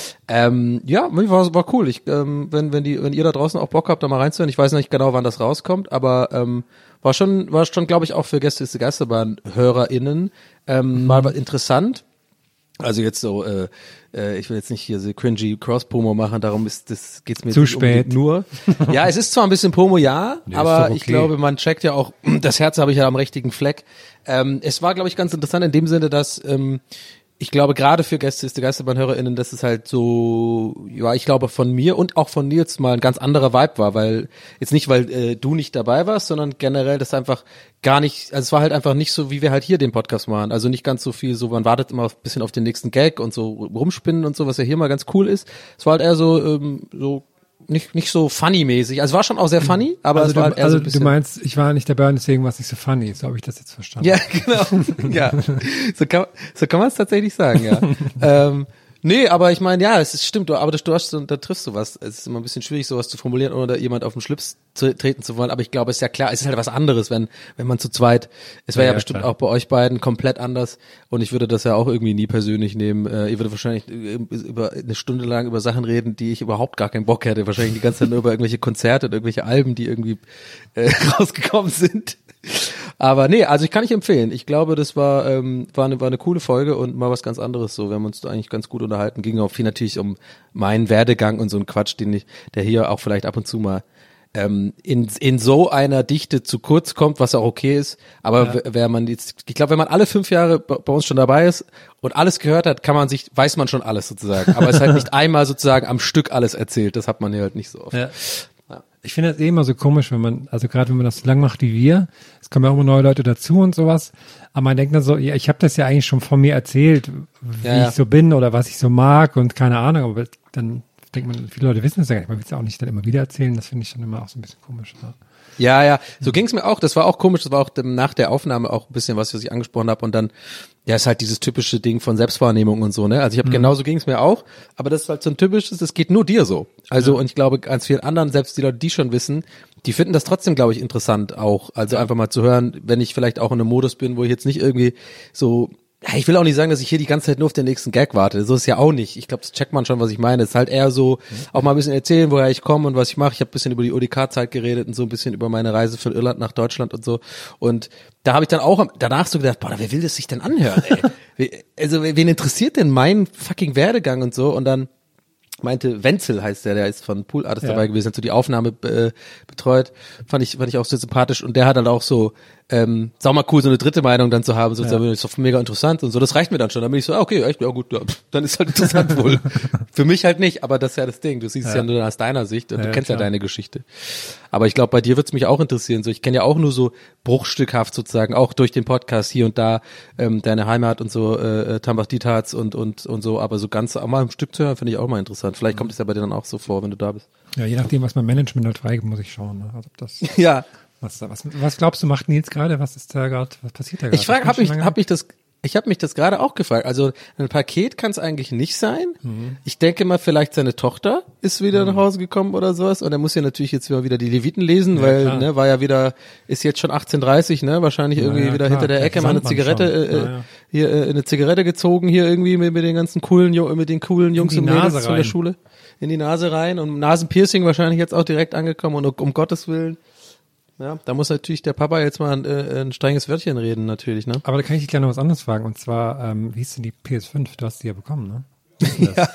Ähm, ja, war, war cool. Ich, ähm, wenn, wenn die, wenn ihr da draußen auch Bock habt, da mal reinzuhören, ich weiß nicht genau, wann das rauskommt, aber ähm, war schon, war schon, glaube ich, auch für Gäste ist die Geisterbahn-HörerInnen ähm, mhm. mal interessant. Also jetzt so, äh, äh, ich will jetzt nicht hier so cringy Cross-Promo machen, darum ist das geht's mir Zu nicht spät. unbedingt nur. Ja, es ist zwar ein bisschen Promo, ja, Nee, ist aber doch okay. ich glaube, man checkt ja auch, das Herz habe ich ja am richtigen Fleck. Ähm, es war, glaube ich, ganz interessant in dem Sinne, dass ähm, ich glaube, gerade für Gäste ist die Geisterbahn-HörerInnen, dass es halt so, ja, ich glaube von mir und auch von Nils mal ein ganz anderer Vibe war, weil, jetzt nicht, weil äh, du nicht dabei warst, sondern generell das einfach gar nicht, also es war halt einfach nicht so, wie wir halt hier den Podcast machen, also nicht ganz so viel so, man wartet immer ein bisschen auf den nächsten Gag und so rumspinnen und so, was ja hier mal ganz cool ist. Es war halt eher so, ähm, so, nicht nicht so funny-mäßig. Also es war schon auch sehr funny, aber also es war du, halt eher also so ein bisschen. du meinst, ich war nicht dabei und deswegen war es nicht so funny. So habe ich das jetzt verstanden. Ja, genau. Ja, so kann, so kann man es tatsächlich sagen, ja. ähm, nee, aber ich meine, ja, es ist, stimmt, aber das, du hast, da triffst du was. Es ist immer ein bisschen schwierig, sowas zu formulieren, ohne da jemand auf den Schlips zu, treten zu wollen. Aber ich glaube, es ist ja klar, es ist halt was anderes, wenn wenn man zu zweit, es wäre ja, Ja, ja, bestimmt klar. auch bei euch beiden komplett anders. Und ich würde das ja auch irgendwie nie persönlich nehmen. Äh, ihr würdet wahrscheinlich äh, über eine Stunde lang über Sachen reden, die ich überhaupt gar keinen Bock hätte. Wahrscheinlich die ganze Zeit nur über irgendwelche Konzerte und irgendwelche Alben, die irgendwie äh, rausgekommen sind. Aber nee, also ich kann nicht empfehlen. Ich glaube, das war ähm, war eine war eine coole Folge und mal was ganz anderes. So, wir haben uns da eigentlich ganz gut unterhalten. Ging auch viel natürlich um meinen Werdegang und so einen Quatsch, den ich, der hier auch vielleicht ab und zu mal ähm, in in so einer Dichte zu kurz kommt, was auch okay ist. Aber Ja. w- wer man jetzt, ich glaube, wenn man alle fünf Jahre bei bei uns schon dabei ist und alles gehört hat, kann man sich, weiß man schon alles sozusagen. Aber es ist halt nicht einmal sozusagen am Stück alles erzählt. Das hat man hier halt nicht so oft. Ja. Ich finde das eh immer so komisch, wenn man, also gerade wenn man das so lang macht wie wir, es kommen ja auch immer neue Leute dazu und sowas, aber man denkt dann so, ja, ich habe das ja eigentlich schon von mir erzählt, wie Ja, ja. ich so bin oder was ich so mag und keine Ahnung, aber dann denkt man, viele Leute wissen das ja gar nicht, man will es ja auch nicht dann immer wieder erzählen, das finde ich dann immer auch so ein bisschen komisch. Ja. Ja, ja, so ging's mir auch. Das war auch komisch. Das war auch dem- nach der Aufnahme auch ein bisschen was, was ich angesprochen habe. Und dann, ja, ist halt dieses typische Ding von Selbstwahrnehmung und so, ne? Also ich habe genauso ging's mir auch. Aber das ist halt so ein typisches, das geht nur dir so. Also und ich glaube, ganz vielen anderen, selbst die Leute, die schon wissen, die finden das trotzdem, glaube ich, interessant auch. Also einfach mal zu hören, wenn ich vielleicht auch in einem Modus bin, wo ich jetzt nicht irgendwie so, ja, ich will auch nicht sagen, dass ich hier die ganze Zeit nur auf den nächsten Gag warte. So ist es ja auch nicht. Ich glaube, das checkt man schon, was ich meine. Es ist halt eher so, auch mal ein bisschen erzählen, woher ich komme und was ich mache. Ich habe ein bisschen über die O D K-Zeit geredet und so ein bisschen über meine Reise von Irland nach Deutschland und so. Und da habe ich dann auch am- danach so gedacht, boah, wer will das sich denn anhören, ey? Wie- Also, wen interessiert denn mein fucking Werdegang und so? Und dann meinte Wenzel heißt der, der ist von Pool Artist Ja. dabei gewesen, hat so die Aufnahme äh, betreut, fand ich fand ich auch sehr sympathisch und der hat dann auch so ähm, sau mal cool so eine dritte Meinung dann zu haben, so Ja. das ist doch mega interessant und so, das reicht mir dann schon, dann bin ich so, ah, okay, echt, ja gut, ja, pff, dann ist halt interessant wohl. Für mich halt nicht, aber das ist ja das Ding, du siehst es Ja. ja nur aus deiner Sicht und Ja, du kennst ja klar. deine Geschichte. Aber ich glaube, bei dir wird's mich auch interessieren, so ich kenne ja auch nur so bruchstückhaft sozusagen, auch durch den Podcast hier und da ähm, deine Heimat und so, äh, Tambach Dietharz und und und so, aber so ganz auch mal im Stück zu hören, finde ich auch mal interessant. Vielleicht kommt es ja bei dir dann auch so vor, wenn du da bist. Ja, je nachdem, was mein Management halt freigibt, muss ich schauen. Ne? Also ob das, Ja, was, da- was, was glaubst du, macht Nils gerade? Was ist da gerade, was passiert da gerade? ich frage, Das habe kommt mich, schon lange hab mich das, ich habe mich das gerade auch gefragt. Also ein Paket kann es eigentlich nicht sein. Mhm. Ich denke mal, vielleicht seine Tochter ist wieder nach Hause gekommen oder sowas. Und er muss ja natürlich jetzt mal wieder die Leviten lesen, weil klar. ne, war ja wieder, ist jetzt schon achtzehn Uhr dreißig, ne, wahrscheinlich Ja, irgendwie ja, wieder klar. hinter der Der Ecke mal eine Sandmann Zigarette, schon. äh, Ja, ja. hier äh, eine Zigarette gezogen hier irgendwie mit, mit den ganzen coolen, Ju- mit den coolen Jungs die und Mädels Nase von der rein. Schule in die Nase rein und Nasenpiercing wahrscheinlich jetzt auch direkt angekommen und um Gottes Willen. Ja, da muss natürlich der Papa jetzt mal ein, äh, ein strenges Wörtchen reden, natürlich, ne? Aber da kann ich dich gleich noch was anderes fragen. Und zwar, ähm, wie ist denn die P S fünf? Du hast die ja bekommen, ne? Wie ist denn das?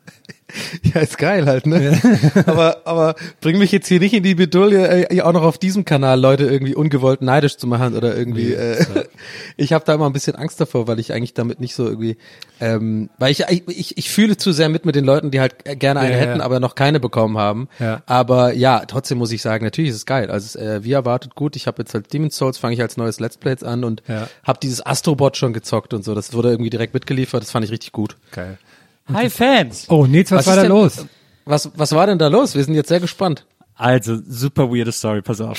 Ja, ist geil halt, ne? aber, aber bring mich jetzt hier nicht in die Bedouille, äh, auch noch auf diesem Kanal Leute irgendwie ungewollt neidisch zu machen oder irgendwie, äh, ich habe da immer ein bisschen Angst davor, weil ich eigentlich damit nicht so irgendwie, ähm, weil ich, ich, ich fühle zu sehr mit mit den Leuten, die halt gerne eine Ja, hätten, ja. aber noch keine bekommen haben. Ja. Aber ja, trotzdem muss ich sagen, natürlich ist es geil. Also äh, wie erwartet gut, ich habe jetzt halt Demon's Souls, fange ich als neues Let's Play jetzt an und Ja. habe dieses Astrobot schon gezockt und so, das wurde irgendwie direkt mitgeliefert, das fand ich richtig gut. Geil. Hi Fans! Oh, Nils, was, Was war ist da denn- los? Was, was war denn da los? Wir sind jetzt sehr gespannt. Also, super weirde Story, pass auf.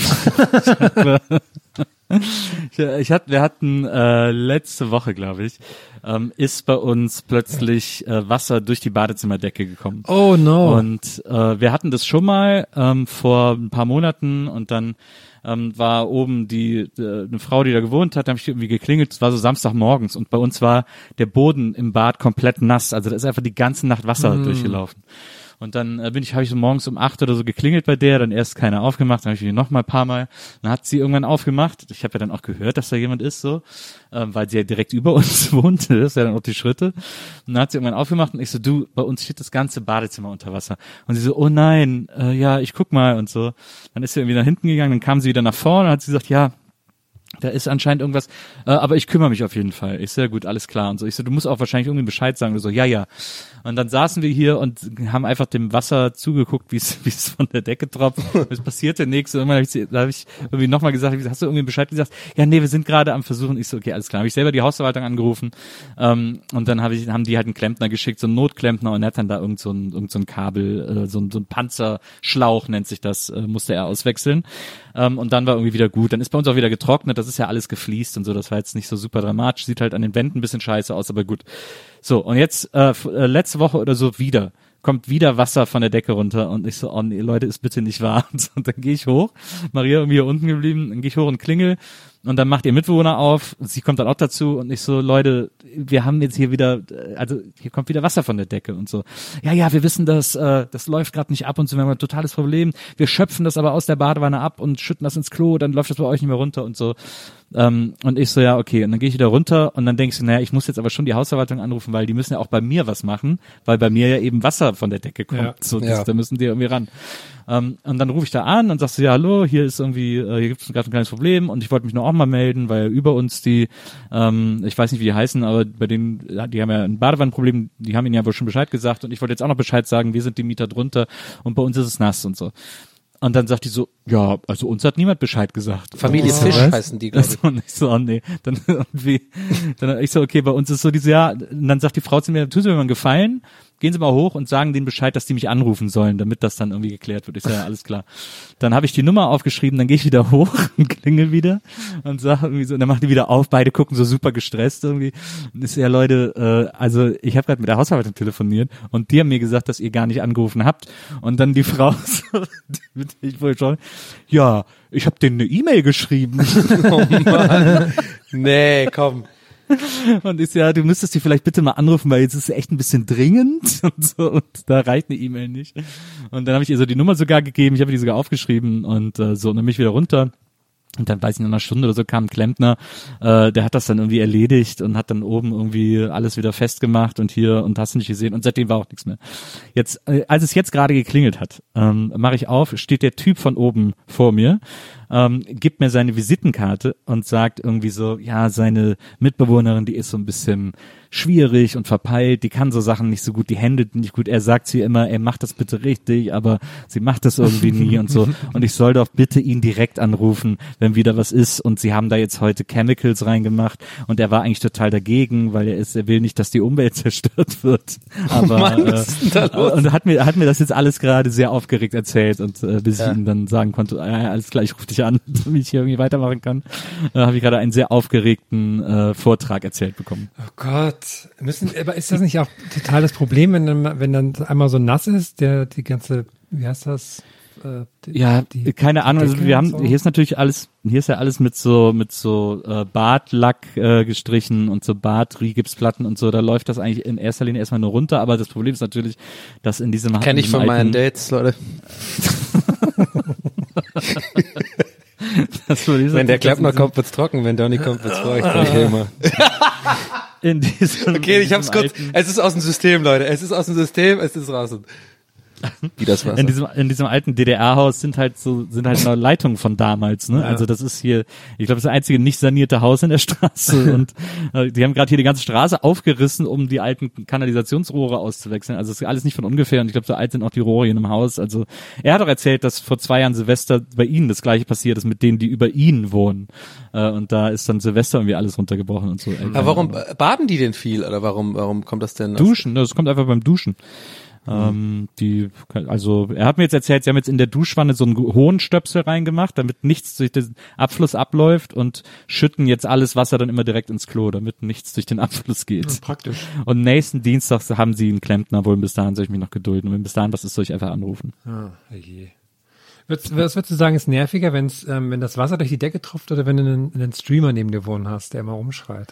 ich, ich hatte, wir hatten äh, letzte Woche, glaube ich, ähm, ist bei uns plötzlich äh, Wasser durch die Badezimmerdecke gekommen. Oh no. Und äh, wir hatten das schon mal ähm, vor ein paar Monaten und dann ähm, war oben die äh, eine Frau, die da gewohnt hat, da habe ich irgendwie geklingelt, es war so Samstagmorgens und bei uns war der Boden im Bad komplett nass, also da ist einfach die ganze Nacht Wasser mm. durchgelaufen. Und dann äh, bin ich, habe ich so morgens um acht oder so geklingelt bei der, dann erst keiner aufgemacht, dann habe ich die noch mal ein paar Mal, dann hat sie irgendwann aufgemacht. Ich habe ja dann auch gehört, dass da jemand ist, so, ähm, weil sie ja direkt über uns wohnt, das ist ja dann auch die Schritte. Und dann hat sie irgendwann aufgemacht und ich so, du, bei uns steht das ganze Badezimmer unter Wasser. Und sie so, oh nein, äh, ja, ich guck mal und so. Dann ist sie irgendwie nach hinten gegangen, dann kam sie wieder nach vorne und hat sie gesagt, ja, da ist anscheinend irgendwas, äh, aber ich kümmere mich auf jeden Fall. Ich so, ja gut, alles klar und so. Ich so, du musst auch wahrscheinlich irgendwie Bescheid sagen. Und so, ja, ja. Und dann saßen wir hier und haben einfach dem Wasser zugeguckt, wie es wie es von der Decke tropft. Es passierte nichts. Und irgendwann habe ich, da hab ich irgendwie nochmal gesagt, hast du irgendwie Bescheid gesagt? Ja, nee, wir sind gerade am Versuchen. Ich so, okay, alles klar. Habe ich selber die Hausverwaltung angerufen ähm, und dann habe ich, haben die halt einen Klempner geschickt, so einen Notklempner und er hat dann da irgend so ein, irgend so ein Kabel, äh, so, ein, so ein Panzerschlauch nennt sich das, äh, musste er auswechseln. Ähm, und dann war irgendwie wieder gut. Dann ist bei uns auch wieder getrocknet. Das ist ja alles gefliest und so. Das war jetzt nicht so super dramatisch. Sieht halt an den Wänden ein bisschen scheiße aus, aber gut. So, und jetzt äh, letzte Woche oder so wieder, kommt wieder Wasser von der Decke runter und ich so, oh nee, Leute, ist bitte nicht wahr. Und, so, und dann gehe ich hoch, Maria irgendwie hier unten geblieben, dann gehe ich hoch und klingel und dann macht ihr Mitbewohner auf, sie kommt dann auch dazu und ich so, Leute, wir haben jetzt hier wieder, also hier kommt wieder Wasser von der Decke und so. Ja, ja, wir wissen das, äh, das läuft gerade nicht ab und so, wir haben ein totales Problem. Wir schöpfen das aber aus der Badewanne ab und schütten das ins Klo, dann läuft das bei euch nicht mehr runter und so. Ähm, und ich so, ja, okay. Und dann gehe ich wieder runter und dann denke ich so, naja, ich muss jetzt aber schon die Hausverwaltung anrufen, weil die müssen ja auch bei mir was machen, weil bei mir ja eben Wasser von der Decke kommt. Ja. So, das, ja. Da müssen die irgendwie ran. Ähm, und dann rufe ich da an und sagst so, ja, hallo, hier ist irgendwie, äh, hier gibt es gerade ein kleines Problem und ich wollte mich nur auch mal melden, weil über uns die, ähm, ich weiß nicht, wie die heißen, aber bei denen, die haben ja ein Badewannenproblem, die haben ihnen ja wohl schon Bescheid gesagt und ich wollte jetzt auch noch Bescheid sagen, wir sind die Mieter drunter und bei uns ist es nass und so. Und dann sagt die so, ja, also uns hat niemand Bescheid gesagt. Familie oh, Fisch was? heißen die, glaube ich. Und ich so, oh nee. Dann irgendwie, dann ich so, okay, bei uns ist so diese, ja, und dann sagt die Frau zu mir, tun Sie mir mal einen Gefallen, gehen Sie mal hoch und sagen denen Bescheid, dass die mich anrufen sollen, damit das dann irgendwie geklärt wird. Ich sage, ja, alles klar. Dann habe ich die Nummer aufgeschrieben, dann gehe ich wieder hoch und klingel wieder und sage irgendwie so, und dann machen die wieder auf, beide gucken so super gestresst irgendwie. Und ich so, ja Leute, äh, also ich habe gerade mit der Hausverwaltung telefoniert und die haben mir gesagt, dass ihr gar nicht angerufen habt. Und dann die Frau, so, mit der ich wohl schon, ja, ich habe denen eine E-Mail geschrieben. Oh Mann. Nee, komm. Und ich so, ja, du müsstest die vielleicht bitte mal anrufen, weil jetzt ist es echt ein bisschen dringend und so und da reicht eine E-Mail nicht. Und dann habe ich ihr so die Nummer sogar gegeben, ich habe die sogar aufgeschrieben und äh, so und dann bin ich wieder runter. Und dann, weiß ich, in einer Stunde oder so kam ein Klempner, äh, der hat das dann irgendwie erledigt und hat dann oben irgendwie alles wieder festgemacht und hier und hast du nicht gesehen und seitdem war auch nichts mehr. Jetzt, äh, als es jetzt gerade geklingelt hat, ähm, mache ich auf, steht der Typ von oben vor mir, ähm, gibt mir seine Visitenkarte und sagt irgendwie so, ja, seine Mitbewohnerin, die ist so ein bisschen schwierig und verpeilt, die kann so Sachen nicht so gut, die handelt nicht gut. Er sagt sie immer, er macht das bitte richtig, aber sie macht das irgendwie nie und so. Und ich soll doch bitte ihn direkt anrufen, wenn wieder was ist. Und sie haben da jetzt heute Chemicals reingemacht und er war eigentlich total dagegen, weil er ist, er will nicht, dass die Umwelt zerstört wird. Aber Mann, was ist denn da los? Und hat mir hat mir das jetzt alles gerade sehr aufgeregt erzählt und äh, bis ja. ich ihm dann sagen konnte, äh, alles klar, ich rufe dich an, damit ich hier irgendwie weitermachen kann, äh, habe ich gerade einen sehr aufgeregten äh, Vortrag erzählt bekommen. Oh Gott. Müssen, aber ist das nicht auch total das Problem, wenn dann, wenn dann einmal so nass ist, der, die ganze, wie heißt das? Äh, die, ja, die, keine Ahnung, also wir haben, so. hier ist natürlich alles, hier ist ja alles mit so, mit so, äh, Badlack, äh, gestrichen und so Badrigipsplatten und so, da läuft das eigentlich in erster Linie erstmal nur runter, aber das Problem ist natürlich, dass in diesem Kenn ich von alten, meinen Dates, Leute. Das wenn der Klempner kommt, wird's trocken, wenn Donny kommt, wird's feucht. immer. In diesem, okay, ich hab's kurz. alten, es ist aus dem System, Leute. Es ist aus dem System, es ist raus. Wie das Wasser. In diesem, in diesem alten D D R-Haus sind halt so, sind halt noch Leitungen von damals, ne? Ja. Also das ist hier, ich glaube, das ist das einzige nicht sanierte Haus in der Straße und äh, die haben gerade hier die ganze Straße aufgerissen, um die alten Kanalisationsrohre auszuwechseln. Also es ist alles nicht von ungefähr und ich glaube, so alt sind auch die Rohre hier in einem Haus. Also er hat doch erzählt, dass vor zwei Jahren Silvester bei ihnen das gleiche passiert ist mit denen, die über ihn wohnen. Äh, und da ist dann Silvester irgendwie alles runtergebrochen und so. Aber warum baden die denn viel oder warum, warum kommt das denn? Duschen, das kommt einfach beim Duschen. Ähm, die, also er hat mir jetzt erzählt, sie haben jetzt in der Duschwanne so einen hohen Stöpsel reingemacht, damit nichts durch den Abfluss abläuft und schütten jetzt alles Wasser dann immer direkt ins Klo, damit nichts durch den Abfluss geht. Ja, praktisch. Und nächsten Dienstag haben sie einen Klempner, wohl bis dahin soll ich mich noch gedulden. Und wenn bis dahin was ist, soll ich einfach anrufen. Ah, je. Was würdest du sagen, ist nerviger, wenn's, ähm, wenn das Wasser durch die Decke tropft oder wenn du einen, einen Streamer neben dir wohnen hast, der immer rumschreit?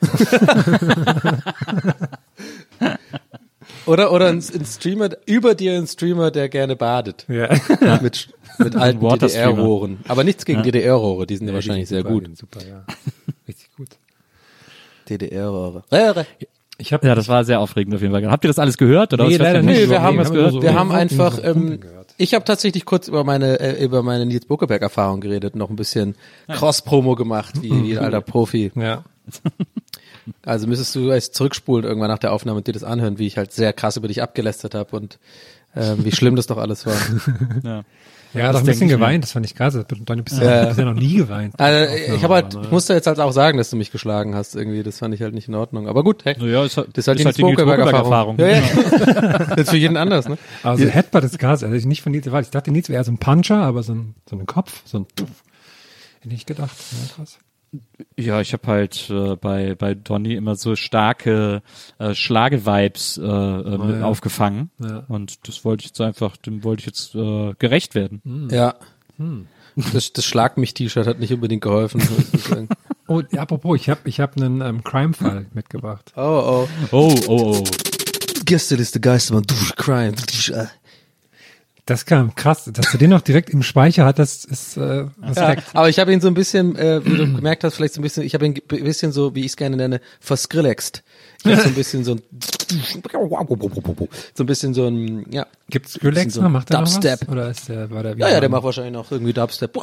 Oder, oder ein, ein Streamer, über dir ein Streamer, der gerne badet. Ja. Mit, mit alten D D Waterstreamer. R-Rohren. Aber nichts gegen Ja. D D R-Rohre, die sind ja, Ja, wahrscheinlich die sind sehr super, gut. die sind Super, ja. Richtig gut. D D R-Rohre. Röhre. Ich habe Ja, das war sehr aufregend auf jeden Fall. Habt ihr das alles gehört? Oder Nee, was? leider Was- nicht. Nee, wir Nee, haben, haben wir so- wir so- haben so- einfach, so ähm, Pumpen gehört. ich habe tatsächlich kurz über meine, äh, über meine Nils Buckeberg-Erfahrung geredet, noch ein bisschen Cross-Promo gemacht, wie, wie ein alter Profi. Ja. Also müsstest du erst zurückspulen irgendwann nach der Aufnahme und dir das anhören, wie ich halt sehr krass über dich abgelästert habe und ähm, wie schlimm das doch alles war. Ja. Ja, doch ein denk bisschen ich mir. geweint, das fand ich krass. Donny, bist ja, bist ja noch nie geweint. Also ich habe halt, Aber, ich musste jetzt halt auch sagen, dass du mich geschlagen hast irgendwie. Das fand ich halt nicht in Ordnung. Aber gut, hey, Ja, ist, das ist halt die ist Nils Buckeberg-Erfahrung. Buckeberg-Erfahrung. Ja, ja. Jetzt für jeden anders, ne? Also Headbutt ist krass, also ich nicht von Nils erwartet. Ich dachte, Nils wäre eher so ein Puncher, aber so ein, so ein Kopf, so ein Tuff. Hätte ich nicht gedacht. Ja, krass. Ja, ich habe halt äh, bei bei Donny immer so starke äh, Schlage-Vibes äh, äh, mit ja. aufgefangen Ja. und das wollte ich jetzt einfach, dem wollte ich jetzt äh, gerecht werden. Ja. Das, das Schlag mich T-Shirt hat nicht unbedingt geholfen. muss ich sagen. Oh, ja, apropos, ich habe ich hab einen ähm, Crime-Fall mitgebracht. Oh, oh. Oh, oh, oh. Gästeliste Geistermann, du Crime. Das kam krass, dass du den noch direkt im Speicher hat, das ist äh, Ja, Respekt. aber ich habe ihn so ein bisschen, äh, wie du gemerkt hast, vielleicht so ein bisschen, ich habe ihn ein bisschen so, wie ich es gerne nenne, verskrillext. Ich hab so ein bisschen so ein, so ein bisschen so ein, ja. Gibt's Relax so noch? Macht der noch Dubstep. was? Oder ist der, war der Ja, ja, der macht wahrscheinlich noch irgendwie Dubstep.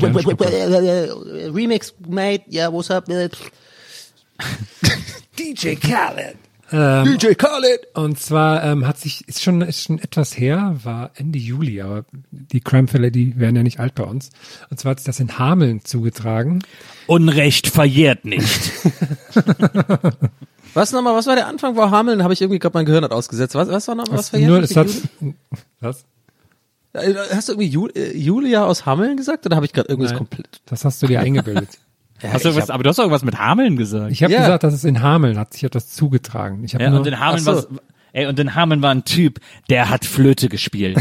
Remix, mate, yeah, what's up? D J Khaled. ähm, D J Khaled. Und zwar ähm, hat sich, ist schon, ist schon etwas her, war Ende Juli, aber die Crime-Fälle, die werden ja nicht alt bei uns. Und zwar hat sich das in Hameln zugetragen. Unrecht verjährt nicht. Was nochmal, was war der Anfang vor Hameln? Habe ich irgendwie gerade mein Gehirn hat ausgesetzt. Was, was war nochmal, was verjährt? Nur, es hat, was? Hast du irgendwie Ju, äh, Julia aus Hameln gesagt oder habe ich gerade irgendwas Nein. komplett? Das hast du dir eingebildet. Ja, Hast du ich was, hab- aber du hast doch irgendwas mit Hameln gesagt. Ich habe Ja. gesagt, dass es in Hameln hat sich etwas zugetragen. Ich habe Ja, nur, und in Hameln Ach so. war ey, und in Hameln war ein Typ, der hat Flöte gespielt.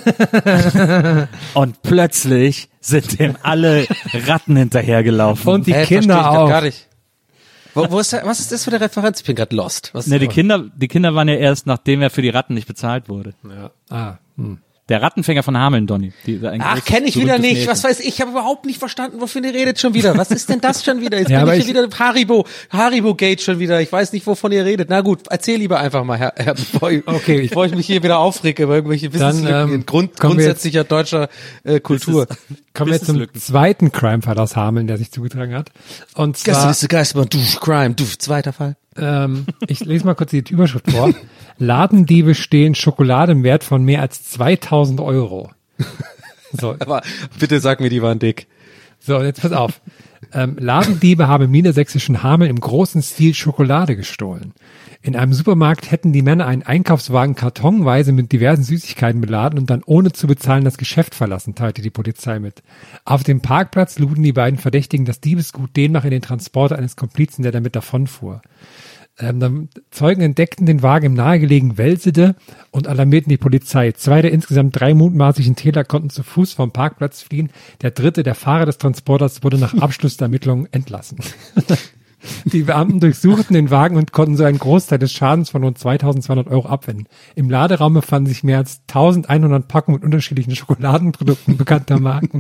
Und plötzlich sind dem alle Ratten hinterhergelaufen. und die Hä, versteh ich Kinder grad auch. Gar nicht. Wo, wo ist der, was ist das für eine Referenz? Ich bin gerade lost. Was Ne, die Kinder, die Kinder waren ja erst, nachdem er für die Ratten nicht bezahlt wurde. Ja. Ah, hm. Der Rattenfänger von Hameln, Donny. Die, ein Ach, großes, kenne ich wieder berühmtes nicht. Mädchen. Was weiß ich? Ich habe überhaupt nicht verstanden, wovon ihr redet schon wieder. Was ist denn das schon wieder? Jetzt Ja, bin aber ich hier ich- wieder Haribo, Haribo Gate schon wieder. Ich weiß nicht, wovon ihr redet. Na gut, erzähl lieber einfach mal, Herr, Herr bevor, ich, Okay, ich- bevor ich mich hier wieder aufrege über irgendwelche Wissenslücken ähm, in Grund, kommen wir grundsätzlicher deutscher äh, Kultur. Kommen wir zum Wissenslücken. zweiten Crime-Fall aus Hameln, der sich zugetragen hat. Und zwar, Gästeliste Geistermann, du Crime, du zweiter Fall. ähm, ich lese mal kurz die Überschrift vor. Ladendiebe stehlen Schokolade im Wert von mehr als zweitausend Euro. So, Aber bitte sag mir, die waren dick. so, jetzt pass auf. Ähm, Ladendiebe haben im niedersächsischen Hameln im großen Stil Schokolade gestohlen. In einem Supermarkt hätten die Männer einen Einkaufswagen kartonweise mit diversen Süßigkeiten beladen und dann ohne zu bezahlen das Geschäft verlassen, teilte die Polizei mit. Auf dem Parkplatz luden die beiden Verdächtigen das Diebesgut demnach in den Transporter eines Komplizen, der damit davonfuhr. Ähm, dann Zeugen entdeckten den Wagen im nahegelegenen Welsede und alarmierten die Polizei. Zwei der insgesamt drei mutmaßlichen Täter konnten zu Fuß vom Parkplatz fliehen. Der dritte, der Fahrer des Transporters, wurde nach Abschluss der Ermittlungen entlassen. Die Beamten durchsuchten den Wagen und konnten so einen Großteil des Schadens von rund zweitausendzweihundert Euro abwenden. Im Laderaum befanden sich mehr als eintausendeinhundert Packungen mit unterschiedlichen Schokoladenprodukten bekannter Marken.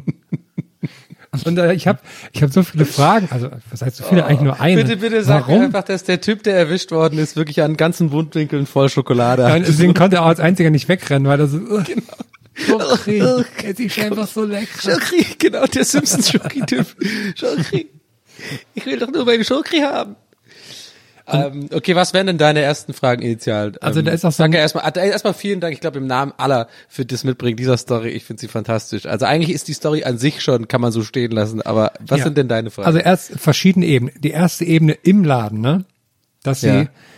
Und äh, ich habe ich hab so viele Fragen, also was heißt so viele, eigentlich nur eine. Bitte, bitte sag mir Warum? einfach, dass der Typ, der erwischt worden ist, wirklich an ganzen Wundwinkeln voll Schokolade Ja, hat. deswegen konnte er auch als einziger nicht wegrennen, weil er so, uh, Schokri, es ist einfach so lecker. Schokri, genau, der Simpsons-Schokri-Typ. Schokri. Ich will doch nur meine Schokri haben. Ähm, okay, was wären denn deine ersten Fragen initial? Also ähm, da ist auch so ein- danke erstmal, äh, erstmal vielen Dank, ich glaube im Namen aller für das Mitbringen dieser Story. Ich finde sie fantastisch. Also eigentlich ist die Story an sich schon, kann man so stehen lassen, aber was Ja. sind denn deine Fragen? Also erst verschiedene Ebenen. Die erste Ebene im Laden, ne? Dass sie, Ja.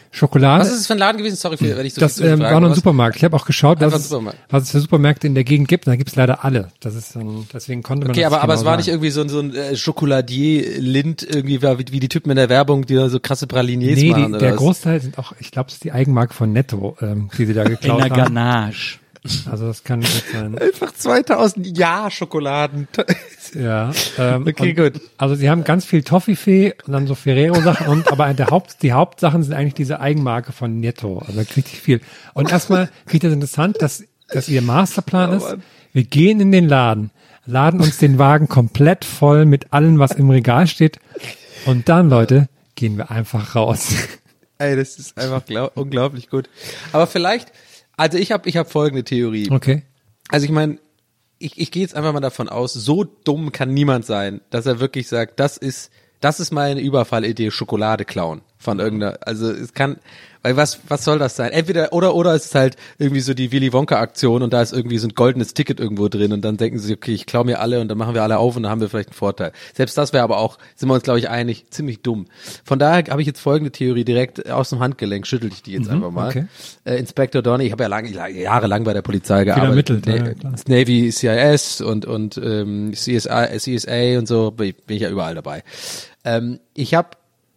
Schokolade. Was ist es für ein Laden gewesen? Sorry, für, wenn ich so Das viel ähm, war noch ein was? Supermarkt. Ich habe auch geschaut, was Einfach ein es, Supermarkt. was es für Supermärkte in der Gegend gibt. Und da gibt es leider alle. Das ist dann, deswegen konnte man Okay, das aber, nicht aber genau es war sagen. nicht irgendwie so ein, so ein äh, Chocoladier-Lind, irgendwie war, wie, wie die Typen in der Werbung, die da so krasse Praliniers Nee, machen, die, oder der was? Großteil sind auch, ich glaube, es ist die Eigenmarke von Netto, ähm, die sie da In geklaut der haben. Ganache. Also das kann gut sein. Einfach zweitausend Jahr Schokoladen. Ja. Ähm, Okay, und, gut. Also sie haben ganz viel Toffifee und dann so Ferrero-Sachen und aber der Haupt, die Hauptsachen sind eigentlich diese Eigenmarke von Netto. Also richtig viel. Und erstmal finde ich das interessant, dass, dass ihr Masterplan Oh, ist, Mann. wir gehen in den Laden, laden uns den Wagen komplett voll mit allem, was im Regal steht und dann, Leute, gehen wir einfach raus. Ey, das ist einfach glaub, unglaublich gut. Aber vielleicht, also ich habe ich hab folgende Theorie. Okay. Also ich meine, ich, ich gehe jetzt einfach mal davon aus, so dumm kann niemand sein, dass er wirklich sagt, das ist, das ist meine Überfallidee, Schokolade klauen von irgendeiner, also es kann, weil was, was soll das sein? Entweder, oder, oder es ist halt irgendwie so die Willy Wonka Aktion und da ist irgendwie so ein goldenes Ticket irgendwo drin und dann denken sie, okay, ich klaue mir alle und dann machen wir alle auf und dann haben wir vielleicht einen Vorteil. Selbst das wäre aber auch, sind wir uns glaube ich einig, ziemlich dumm. Von daher habe ich jetzt folgende Theorie direkt aus dem Handgelenk, schüttel ich die jetzt einfach mal. okay. Äh, Inspector Donny, ich habe ja lang, jahrelang bei der Polizei gearbeitet. ermittelt, ja, Na- klar. Navy, C I S und, und ähm, C S A, C S A und so, bin ich, bin ich ja überall dabei. Ähm, ich habe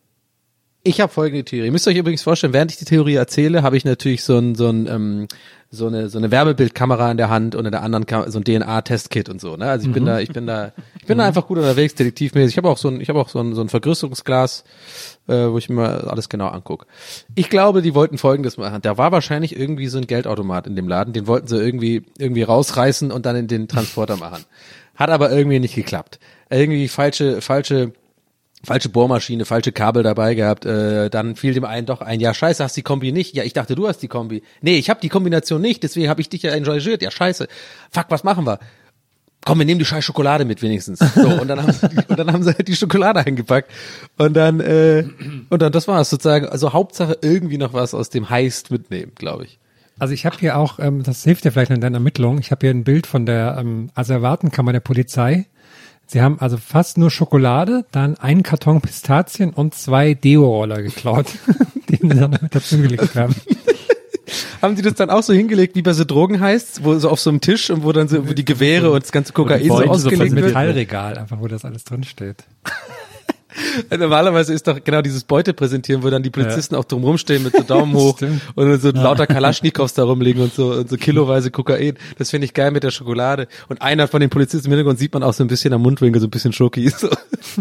ich habe folgende Theorie. Ihr müsst euch übrigens vorstellen, während ich die Theorie erzähle, habe ich natürlich so ein, so ein, ähm, so eine, so eine Wärmebildkamera in der Hand und in der anderen Kam- so ein D N A-Testkit und so, ne? Also ich bin da, ich bin da, ich bin da einfach gut unterwegs, detektivmäßig. Ich habe auch so ein, ich habe auch so ein, so ein Vergrößerungsglas, äh, wo ich mir alles genau angucke. Ich glaube, die wollten Folgendes machen. Da war wahrscheinlich irgendwie so ein Geldautomat in dem Laden, den wollten sie irgendwie, irgendwie rausreißen und dann in den Transporter machen. Hat aber irgendwie nicht geklappt. Irgendwie falsche, falsche, falsche Bohrmaschine, falsche Kabel dabei gehabt, äh, dann fiel dem einen doch ein, ja scheiße, hast die Kombi nicht? Ja, ich dachte, du hast die Kombi. Nee, ich habe die Kombination nicht, deswegen habe ich dich ja engagiert. Ja, scheiße. Fuck, was machen wir? Komm, wir nehmen die scheiß Schokolade mit wenigstens. So, und dann haben sie, und dann haben sie halt die Schokolade eingepackt und dann äh, und dann das war's sozusagen, also Hauptsache irgendwie noch was aus dem Heist mitnehmen, glaube ich. Also ich habe hier auch, ähm, das hilft dir vielleicht in deinen Ermittlungen, ich habe hier ein Bild von der ähm, Asservatenkammer der Polizei. Sie haben also fast nur Schokolade, dann einen Karton Pistazien und zwei Deo-Roller geklaut, die sie dann mit dazugelegt haben. Haben die das dann auch so hingelegt, wie bei so Drogenheists, wo so auf so einem Tisch und wo dann so wo die Gewehre und das ganze Kokain so Beute so ausgelegt Ein wird? Metallregal, einfach wo das alles drin steht. Normalerweise ist doch genau dieses Beute präsentieren, wo dann die Polizisten auch drum rumstehen mit so Daumen hoch Stimmt. und dann so lauter Kalaschnikows da rumliegen und so, und so kiloweise Kokain. Das finde ich geil mit der Schokolade. Und einer von den Polizisten im Hintergrund sieht man auch so ein bisschen am Mundwinkel, so ein bisschen Schoki. So.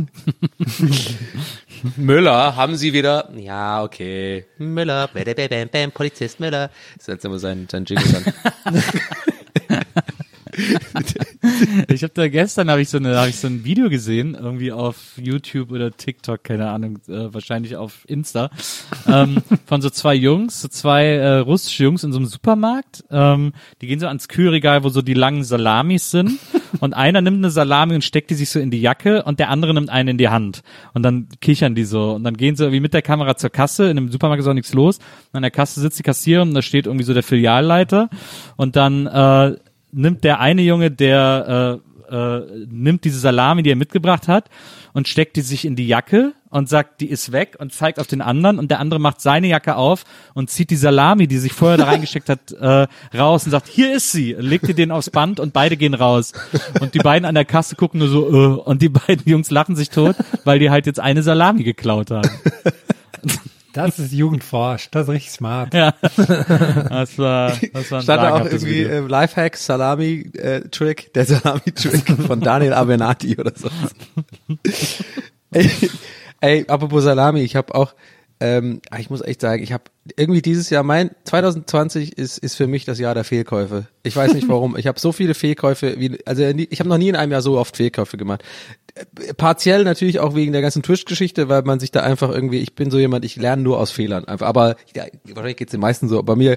Müller, haben Sie wieder? Ja, okay. Müller, bam, bam, bam, bam, Polizist Müller. Das ist jetzt immer sein, sein Jingle dann. Ich habe da gestern habe ich so eine habe ich so ein Video gesehen, irgendwie auf YouTube oder TikTok, keine Ahnung, äh, wahrscheinlich auf Insta, ähm, von so zwei Jungs, so zwei äh, russische Jungs in so einem Supermarkt. Ähm, die gehen so ans Kühlregal, wo so die langen Salamis sind, und einer nimmt eine Salami und steckt die sich so in die Jacke und der andere nimmt eine in die Hand und dann kichern die so und dann gehen sie irgendwie mit der Kamera zur Kasse. In dem Supermarkt ist auch nichts los. Und an der Kasse sitzt die Kassiererin und da steht irgendwie so der Filialleiter und dann äh, nimmt der eine Junge, der äh, äh, nimmt diese Salami, die er mitgebracht hat, und steckt die sich in die Jacke und sagt, die ist weg, und zeigt auf den anderen, und der andere macht seine Jacke auf und zieht die Salami, die sich vorher da reingesteckt hat, äh, raus und sagt, hier ist sie, legt die den aufs Band und beide gehen raus. Und die beiden an der Kasse gucken nur so, äh, und die beiden Jungs lachen sich tot, weil die halt jetzt eine Salami geklaut haben. Das ist Jugendforsch, das ist richtig smart. Ja, das war, das war ein Stand da auch sagenhaftes irgendwie Video. äh, Lifehack, Salami-Trick, der Salami-Trick von Daniel Avenatti oder so. ey, ey, apropos Salami, ich habe auch, ähm, ich muss echt sagen, ich habe irgendwie dieses Jahr, mein zwanzig zwanzig ist ist für mich das Jahr der Fehlkäufe. Ich weiß nicht warum. Ich habe so viele Fehlkäufe, wie, also ich habe noch nie in einem Jahr so oft Fehlkäufe gemacht. Partiell natürlich auch wegen der ganzen Twitch-Geschichte, weil man sich da einfach irgendwie, ich bin so jemand, ich lerne nur aus Fehlern einfach. Aber ja, wahrscheinlich geht's den meisten so. Bei mir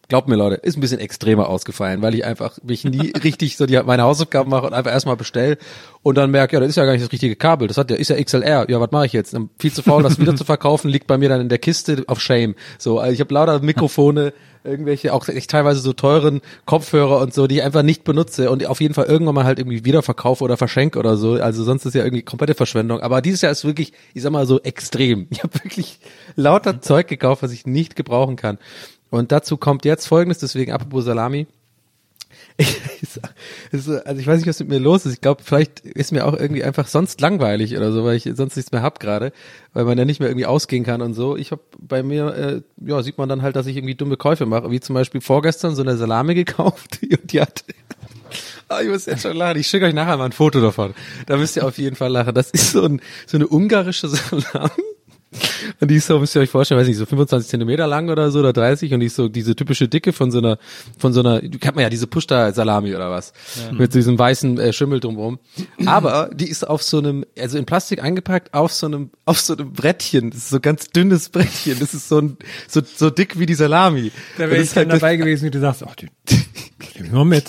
glaubt mir Leute, ist ein bisschen extremer ausgefallen, weil ich einfach mich nie richtig so die meine Hausaufgaben mache und einfach erstmal bestell und dann merke, ja, das ist ja gar nicht das richtige Kabel, das hat ja, ist ja X L R, ja, was mache ich jetzt? Dann viel zu faul, das wieder zu verkaufen, liegt bei mir dann in der Kiste auf Shame. So, also ich habe lauter Mikrofone, irgendwelche auch echt teilweise so teuren Kopfhörer und so, die ich einfach nicht benutze und auf jeden Fall irgendwann mal halt irgendwie wieder verkaufe oder verschenke oder so. Also sonst ist ja irgendwie komplette Verschwendung. Aber dieses Jahr ist wirklich, ich sag mal so extrem. Ich habe wirklich lauter Zeug gekauft, was ich nicht gebrauchen kann. Und dazu kommt jetzt Folgendes, deswegen apropos Salami. Ich, also ich weiß nicht, was mit mir los ist. Ich glaube, vielleicht ist mir auch irgendwie einfach sonst langweilig oder so, weil ich sonst nichts mehr hab gerade, weil man ja nicht mehr irgendwie ausgehen kann und so. Ich habe bei mir, äh, ja, sieht man dann halt, dass ich irgendwie dumme Käufe mache, wie zum Beispiel vorgestern so eine Salami gekauft und die hat, oh, ich muss jetzt schon lachen, ich schicke euch nachher mal ein Foto davon. Da müsst ihr auf jeden Fall lachen. Das ist so, ein, so eine ungarische Salami. Und die ist so, müsst ihr euch vorstellen, weiß nicht, so fünfundzwanzig Zentimeter lang oder so, oder dreißig, und die ist so diese typische Dicke von so einer, von so einer, kennt man ja, diese Pushta-Salami oder was, ja. Mit so diesem weißen äh, Schimmel drumherum. Aber die ist auf so einem, also in Plastik eingepackt, auf so einem, auf so einem Brettchen, das ist so ein ganz dünnes Brettchen, das ist so ein, so, so dick wie die Salami. Da wäre ich dann halt dabei gewesen, wie du sagst, ach, die, die nehmen wir mit.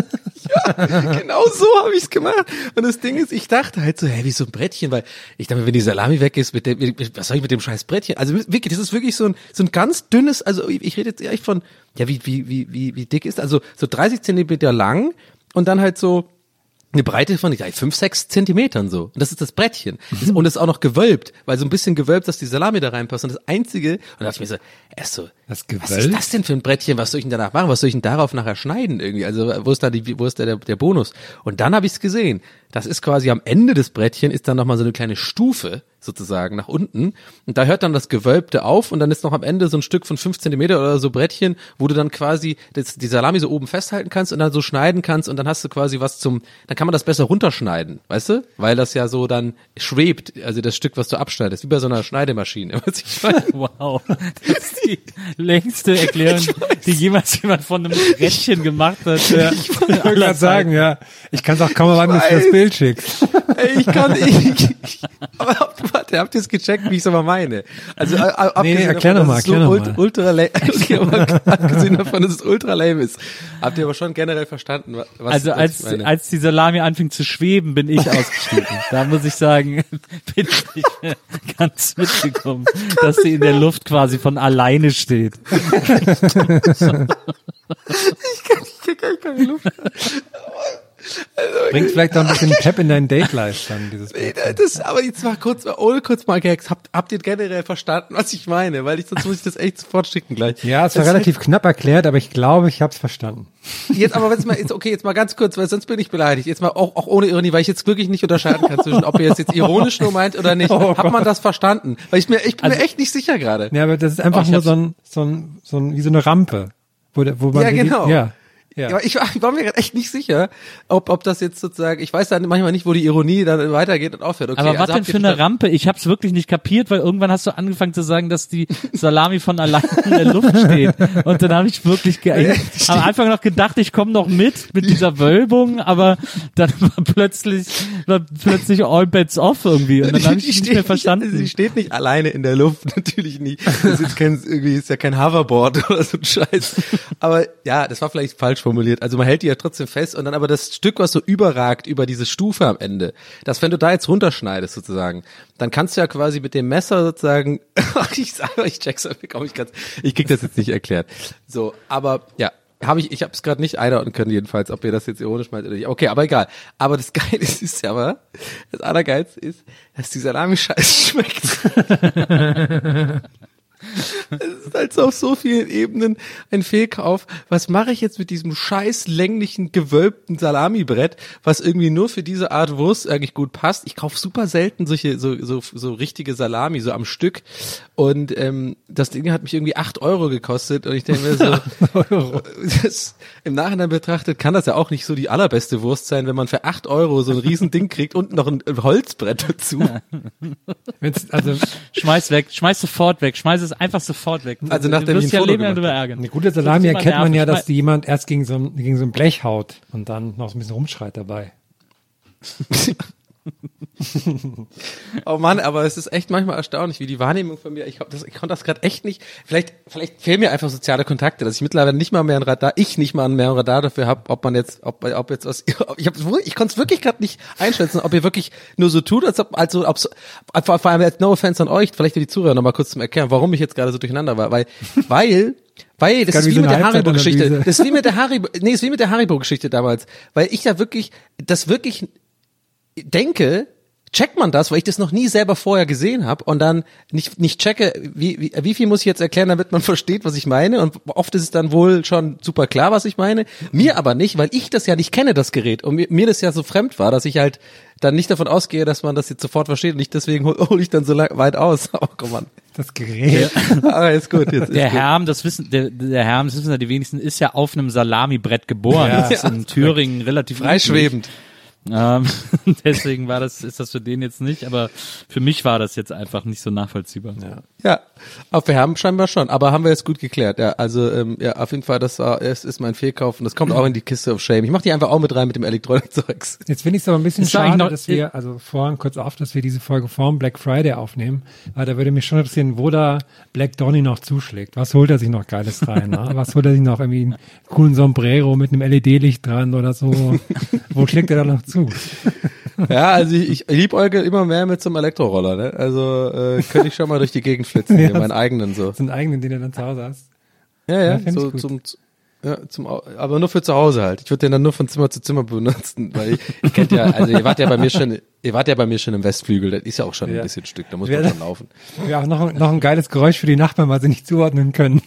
Ja, genau so habe ich's gemacht. Und das Ding ist, ich dachte halt so, hä, wie so ein Brettchen, weil ich dachte, wenn die Salami weg ist, mit dem, was soll ich mit dem scheiß Brettchen? Also wirklich, das ist wirklich so ein so ein ganz dünnes, also ich, ich rede jetzt echt von, ja, wie wie wie wie wie dick ist, also so dreißig Zentimeter lang und dann halt so eine Breite von fünf, sechs Zentimetern so. Und das ist das Brettchen. Und das ist auch noch gewölbt, weil so ein bisschen gewölbt, dass die Salami da reinpasst. Und das Einzige, und da dachte ich mir so, erst so, das was ist das denn für ein Brettchen? Was soll ich denn danach machen? Was soll ich denn darauf nachher schneiden irgendwie? Also wo ist da die, wo ist da der, der Bonus? Und dann habe ich es gesehen. Das ist quasi am Ende des Brettchen ist dann nochmal so eine kleine Stufe sozusagen nach unten. Und da hört dann das Gewölbte auf und dann ist noch am Ende so ein Stück von fünf Zentimeter oder so Brettchen, wo du dann quasi das, die Salami so oben festhalten kannst und dann so schneiden kannst und dann hast du quasi was zum, dann kann man das besser runterschneiden, weißt du? Weil das ja so dann schwebt, also das Stück, was du abschneidest, wie bei so einer Schneidemaschine. Was ich meine. Wow, das ist die längste Erklärung, die jemals jemand von einem Brettchen gemacht hat. Ja. Ich wollte gerade sagen, ja. Ich kann es auch kaum erwarten, dass du das Bild schickst. Ey, ich kann, ich, ich aber warte, habt ihr es gecheckt, wie ich es aber meine? Also, ab, nee, nee, erklär nochmal, erklär so nochmal. Ultra lame, okay, aber abgesehen davon, dass es ultra lame ist. Habt ihr aber schon generell verstanden, was, also was als, ich meine? als die Salami anfing zu schweben, bin ich ausgestiegen. Da muss ich sagen, bin ich nicht mehr ganz mitgekommen, dass sie in der Luft quasi von alleine steht. ich kann, ich kann keine Luft. Also, bringt vielleicht auch ein bisschen Pep in deinen Date-Life dann, dieses nee, das, aber jetzt mal kurz, ohne kurz mal Gags, habt, habt ihr generell verstanden, was ich meine? Weil ich, sonst muss ich das echt sofort schicken gleich. Ja, es war das relativ knapp erklärt, aber ich glaube, ich hab's verstanden. Jetzt aber, wenn's mal, jetzt, okay, jetzt mal ganz kurz, weil sonst bin ich beleidigt. Jetzt mal auch, auch ohne Ironie, weil ich jetzt wirklich nicht unterscheiden kann zwischen, ob ihr jetzt, jetzt ironisch nur meint oder nicht. Oh, Hat man das verstanden? Weil ich mir, ich bin also, mir echt nicht sicher gerade. Ja, aber das ist einfach oh, nur so ein, so ein, so ein, wie so eine Rampe. Wo, wo man ja, genau. Die, ja. Ja. Aber ich, ich war mir gerade echt nicht sicher, ob, ob das jetzt sozusagen, ich weiß dann manchmal nicht, wo die Ironie dann weitergeht und aufhört. Okay, aber was also denn für eine Rampe? Ich hab's wirklich nicht kapiert, weil irgendwann hast du angefangen zu sagen, dass die Salami von allein in der Luft steht. Und dann habe ich wirklich ge- ich am Anfang noch gedacht, ich komme noch mit, mit dieser Wölbung, aber dann war plötzlich, war plötzlich all bets off irgendwie. Und dann habe ich nicht mehr verstanden. Nicht, sie steht nicht alleine in der Luft, natürlich nicht. Das ist jetzt kein, irgendwie ist ja kein Hoverboard oder so ein Scheiß. Aber ja, das war vielleicht falsch formuliert. Also man hält die ja trotzdem fest und dann aber das Stück, was so überragt über diese Stufe am Ende, das, wenn du da jetzt runterschneidest sozusagen, dann kannst du ja quasi mit dem Messer sozusagen, ich sage, ich check's, ich ganz, ich krieg das jetzt nicht erklärt. So, aber ja, habe ich, ich habe es gerade nicht einordnen können jedenfalls, ob ihr das jetzt ironisch meint oder nicht. Okay, aber egal. Aber das Geile ist, ist ja aber, das Allergeilste ist, dass die Salami-Scheiß schmeckt. Es ist halt so auf so vielen Ebenen ein Fehlkauf. Was mache ich jetzt mit diesem scheiß länglichen, gewölbten Salamibrett, was irgendwie nur für diese Art Wurst eigentlich gut passt? Ich kaufe super selten solche so so so richtige Salami, so am Stück. Und ähm, das Ding hat mich irgendwie acht Euro gekostet. Und ich denke mir so, das, im Nachhinein betrachtet kann das ja auch nicht so die allerbeste Wurst sein, wenn man für acht Euro so ein riesen Ding kriegt und noch ein Holzbrett dazu. Wenn's, also schmeiß weg, schmeiß sofort weg, schmeiß es einfach sofort weg. Also nachdem ich ein ja Foto leben gemacht darüber ärgern. Eine gute Salami erkennt man ja, dass die jemand erst gegen so, ein, gegen so ein Blech haut und dann noch so ein bisschen rumschreit dabei. Oh Mann, aber es ist echt manchmal erstaunlich, wie die Wahrnehmung von mir, ich, hab das, ich konnte das gerade echt nicht, vielleicht vielleicht fehlen mir einfach soziale Kontakte, dass ich mittlerweile nicht mal mehr ein Radar, ich nicht mal mehr ein Radar dafür habe, ob man jetzt, ob, ob jetzt was, ich hab, ich konnte es wirklich gerade nicht einschätzen, ob ihr wirklich nur so tut, als ob, also, ob, vor, vor allem jetzt no offense an euch, vielleicht für die Zuhörer nochmal kurz zum Erklären, warum ich jetzt gerade so durcheinander war, weil, weil, Weil, das ist wie mit der Haribo-Geschichte. Das ist wie mit der Haribo, nee, das ist wie mit der Haribo-Geschichte damals. Weil ich da wirklich, das wirklich denke, checkt man das, weil ich das noch nie selber vorher gesehen habe und dann nicht nicht checke, wie, wie wie viel muss ich jetzt erklären, damit man versteht, was ich meine, und oft ist es dann wohl schon super klar, was ich meine, mir aber nicht, weil ich das ja nicht kenne, das Gerät, und mir, mir das ja so fremd war, dass ich halt dann nicht davon ausgehe, dass man das jetzt sofort versteht, und nicht deswegen hole hol ich dann so lang, weit aus. Oh, komm an. Das Gerät. Aber ist gut. Jetzt der ist gut. Herm, das wissen, der, der Herm, das wissen ja die wenigsten, ist ja auf einem Salamibrett geboren. Ja. Das ist in Thüringen relativ Freischwebend. Ähm, deswegen war das, ist das für den jetzt nicht, aber für mich war das jetzt einfach nicht so nachvollziehbar. Ja, ja, auf wir haben scheinbar schon, aber haben wir jetzt gut geklärt. Ja, also ähm, ja, auf jeden Fall, das war, es ist mein Fehlkauf und das kommt auch in die Kiste of Shame. Ich mach die einfach auch mit rein mit dem Elektronik-Zeugs. Jetzt finde ich es aber ein bisschen Ist da eigentlich schade, noch- dass wir, also vorhin kurz auf, dass wir diese Folge vorm Black Friday aufnehmen, weil da würde mich schon interessieren, wo da Black Donny noch zuschlägt. Was holt er sich noch Geiles rein? Ne? Was holt er sich noch, irgendwie einen coolen Sombrero mit einem L E D-Licht dran oder so? Wo schlägt er da noch zu? Ja, also ich, ich liebäugle immer mehr mit so einem Elektroroller, ne? Also äh, könnte ich schon mal durch die Gegend flitzen, hier, Ja. meinen eigenen so. So einen eigenen, den er dann zu Hause hast. Ja, ja, Ja, fänd ich so gut. zum ja, zum Au- aber nur für zu Hause halt. Ich würde den dann nur von Zimmer zu Zimmer benutzen, weil ich, ich kennt ja, also ihr wart ja bei mir schon, ihr wart ja bei mir schon im Westflügel, das ist ja auch schon Ja. ein bisschen Stück, da muss Wer- man schon laufen. Ja, auch noch, ein- noch ein geiles Geräusch für die Nachbarn, weil sie nicht zuordnen können.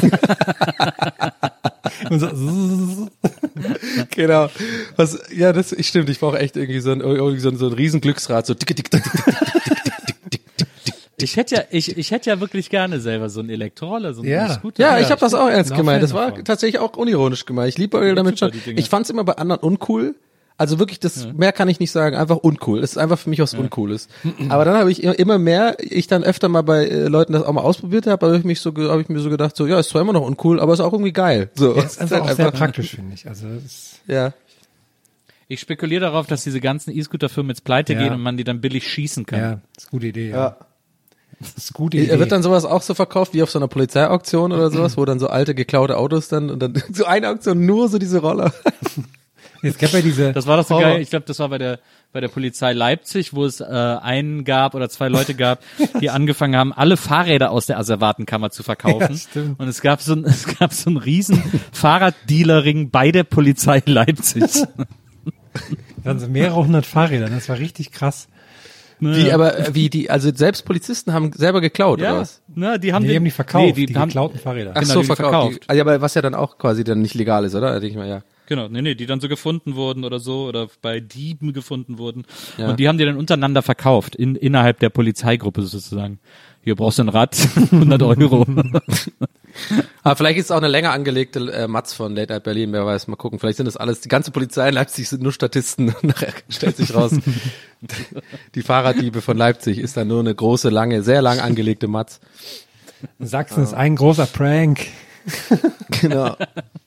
Und so, Genau. Was, ja, das stimmt. Ich brauche echt irgendwie so ein, irgendwie so ein, so ein riesen Glücksrad, so tick, tick, tick, tick, tick, tick, tick, tick. Ich hätte ja, ich, ich hätte ja wirklich gerne selber so einen Elektroroller, so einen Ja. Scooter. Ja, ich habe das auch ernst bin auch gemeint. Fan Das war davon. tatsächlich auch unironisch gemeint. Ich liebe damit super, schon. die Dinger. Ich fand's immer bei anderen uncool. Also wirklich, das mehr kann ich nicht sagen. Einfach uncool. Das ist einfach für mich was Uncooles. Aber dann habe ich immer mehr, ich dann öfter mal bei äh, Leuten das auch mal ausprobiert habe, habe ich mich so, habe ich mir so gedacht, so ja, ist zwar immer noch uncool, aber ist auch irgendwie geil. So, das ist einfach auch halt sehr praktisch, finde ich. Also, das ist, ja. Ich spekuliere darauf, dass diese ganzen E-Scooter-Firmen jetzt pleite Ja. gehen und man die dann billig schießen kann. ja, das ist eine gute Idee. Ja. Ja. Das ist eine gute Idee. Er wird dann sowas auch so verkauft wie auf so einer Polizeiauktion oder sowas, wo dann so alte geklaute Autos dann und dann so eine Auktion nur so diese Roller. Es gab ja diese, Das war doch so Horror. geil. Ich glaube, das war bei der bei der Polizei Leipzig, wo es äh, einen gab oder zwei Leute gab, die angefangen haben, alle Fahrräder aus der Asservatenkammer zu verkaufen. Ja, stimmt. Und es gab so ein es gab so einen riesen Fahrraddealerring bei der Polizei Leipzig. dann so mehrere hundert Fahrräder. Das war richtig krass. Wie, aber äh, wie die, also selbst Polizisten haben selber geklaut, oder Ja, was? ne, die haben Die den, haben die verkauft, nee, die, die, haben, geklauten Fahrräder. Ach Genau, so, die verkauft. verkauft. Die, also, aber was ja dann auch quasi dann nicht legal ist, oder? Da denke ich mal, ja. Genau, nee, nee, die dann so gefunden wurden oder so oder bei Dieben gefunden wurden. Ja. Und die haben die dann untereinander verkauft, in, innerhalb der Polizeigruppe sozusagen. Hier brauchst du ein Rad, hundert Euro. Aber vielleicht ist es auch eine länger angelegte äh, Matz von Late Night Berlin, wer weiß, mal gucken. Vielleicht sind das alles, die ganze Polizei in Leipzig sind nur Statisten. Nachher stellt sich raus, die Fahrraddiebe von Leipzig ist dann nur eine große, lange, sehr lang angelegte Matz. Sachsen ist ein großer Prank. Genau.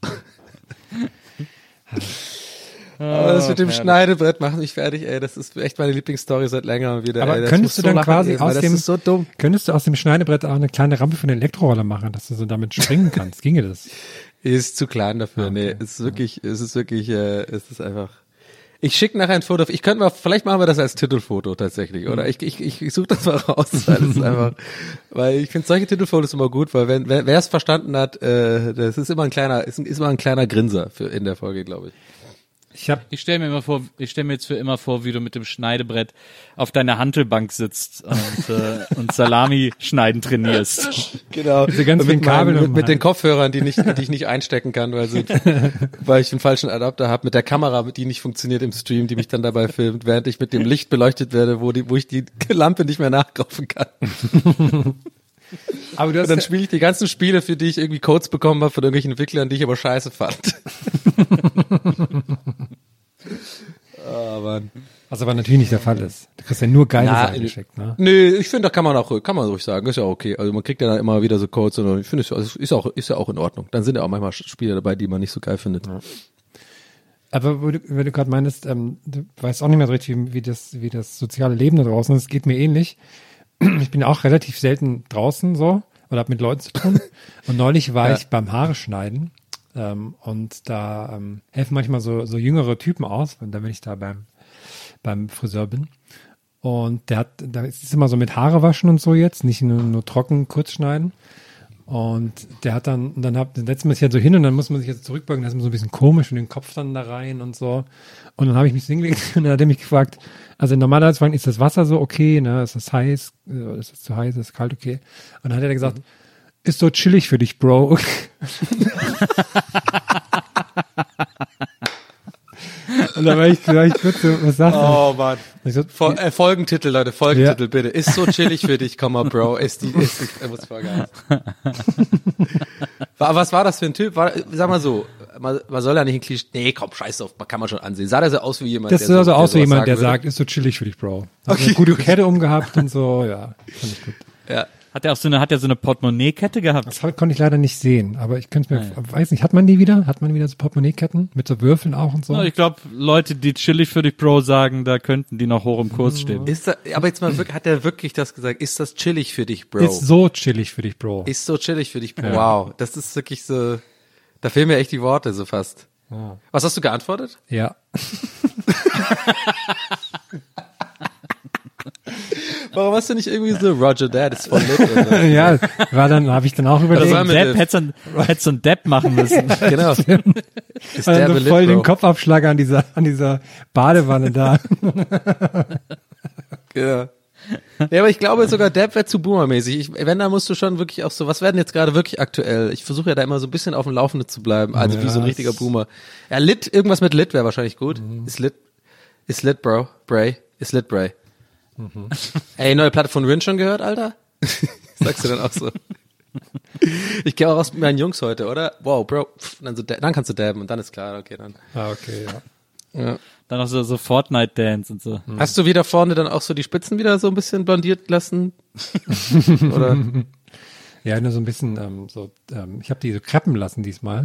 Aber das mit dem Schneidebrett macht mich fertig, ey. Das ist echt meine Lieblingsstory seit längerem wieder. Aber ey. Das könntest muss du dann lachen, quasi ey, weil aus das dem, ist so dumm. könntest du aus dem Schneidebrett auch eine kleine Rampe für den Elektroroller machen, dass du so damit springen kannst? Ginge das? Ist zu klein dafür. Okay. Nee, es ist wirklich, es ist wirklich, äh, es ist einfach. Ich schicke nachher ein Foto. Ich könnte mal, vielleicht machen wir das als Titelfoto tatsächlich, oder? Ich, ich, ich, ich suche das mal raus, weil es ist einfach, weil ich finde solche Titelfotos immer gut, weil wenn wer wer es verstanden hat, äh, das ist immer ein kleiner, ist, ist immer ein kleiner Grinser für in der Folge, glaube ich. Ich habe Ich stelle mir immer vor, ich stelle mir jetzt für immer vor, wie du mit dem Schneidebrett auf deiner Hantelbank sitzt und, äh, und Salami schneiden trainierst. Genau. Diese ganz Und vielen mit, meinem, Kabel mit, um- mit den Kopfhörern, die nicht, die ich nicht einstecken kann, weil sie, weil ich einen falschen Adapter habe, mit der Kamera, die nicht funktioniert im Stream, die mich dann dabei filmt, während ich mit dem Licht beleuchtet werde, wo die, wo ich die Lampe nicht mehr nachkaufen kann. aber du Und hast dann ja, spiele ich die ganzen Spiele, für die ich irgendwie Codes bekommen habe von irgendwelchen Entwicklern, die ich aber scheiße fand. Oh, Mann. was aber natürlich nicht der Fall ist. Du kriegst ja nur geile Na, Sachen geschickt, ne? Nö, ich finde, da kann man auch, kann man ruhig sagen, ist ja okay. Also man kriegt ja dann immer wieder so Codes und ich finde, es ist auch, ist ja auch in Ordnung. Dann sind ja auch manchmal Spiele dabei, die man nicht so geil findet. Aber wo du, wenn du gerade meinst, ähm, du weißt auch nicht mehr so richtig, wie, wie, das, wie das soziale Leben da draußen ist. Es geht mir ähnlich. Ich bin auch relativ selten draußen so oder habe mit Leuten zu tun. Und neulich war ja. ich beim Haare schneiden ähm, und da ähm, helfen manchmal so, so jüngere Typen aus, wenn ich da beim, beim Friseur bin. Und der hat, da ist es immer so mit Haare waschen und so jetzt, nicht nur, nur trocken kurz schneiden. Und der hat dann, und dann hat, dann setzt man sich halt so hin und dann muss man sich jetzt zurückbeugen, das ist immer so ein bisschen komisch und den Kopf dann da rein und so. Und dann habe ich mich so hingelegt und dann hat er mich gefragt, also normalerweise fragen, ist das Wasser so okay, ne, ist das heiß, ist das zu heiß, ist das kalt, okay. Und dann hat er gesagt, mhm. ist so chillig für dich, Bro. Und dann war ich, war ich kurz so, was sagt er? Oh Mann. So, Fol- äh, Folgentitel, Leute, Folgentitel, ja. bitte. Ist so chillig für dich, komm mal, Bro. Ist die, ist die, muss vergessen. Was war das für ein Typ? War, sag mal so, man, man soll ja nicht ein Klischee, nee, komm, scheiß drauf, man kann man schon ansehen. Sah der so aus wie jemand, das der sah so, so aus wie jemand, der würde? sagt, ist so chillig für dich, Bro. Hat Okay. eine gute Kette umgehabt und so, ja, fand ich gut. Ja. Hat er auch so eine, hat er so eine Portemonnaie-Kette gehabt? Das hab, konnte ich leider nicht sehen, aber ich könnte mir, Ah, ja. weiß nicht, hat man die wieder? Hat man wieder so Portemonnaie-Ketten mit so Würfeln auch und so? Ja, ich glaube, Leute, die chillig für dich, Bro, sagen, da könnten die noch hoch im Kurs stehen. Ist da, aber jetzt mal wirklich, hat er wirklich das gesagt? Ist das chillig für dich, Bro? Ist so chillig für dich, Bro. Ist so chillig für dich, Bro. Ja. Wow. Das ist wirklich so, da fehlen mir echt die Worte so fast. Ja. Was hast du geantwortet? Ja. Warum hast du nicht irgendwie so Roger Dad ist voll lit? Oder? Ja, war dann, habe ich dann auch überlegt. Das war mit Depp, Liv. hättest du hättest so einen Depp machen müssen. Genau. Ist Und der dann so belit, voll Bro? den Kopfabschlag an dieser, an dieser Badewanne da. Genau. Ja, aber ich glaube sogar Depp wäre zu boomermäßig. Ich, wenn, da musst du schon wirklich auch so, was werden jetzt gerade wirklich aktuell? Ich versuche ja da immer so ein bisschen auf dem Laufenden zu bleiben, also Ja, wie so ein richtiger Boomer. Ja, lit, irgendwas mit lit wäre wahrscheinlich gut. Mhm. Ist lit, ist lit, Bro, Bray, ist lit, Bray. Mhm. Ey, neue Platte von Rin schon gehört, Alter? Sagst du dann auch so? Ich gehe auch raus mit meinen Jungs heute, oder? Wow, Bro, Pff, dann, so, dann kannst du dabben und dann ist klar, okay, dann. Ah, okay, ja. Ja. Dann noch so, so Fortnite-Dance und so. Hast du wieder vorne dann auch so die Spitzen wieder so ein bisschen blondiert lassen? Oder? Ja, nur so ein bisschen, ähm, so, ähm, ich habe die so kreppen lassen diesmal,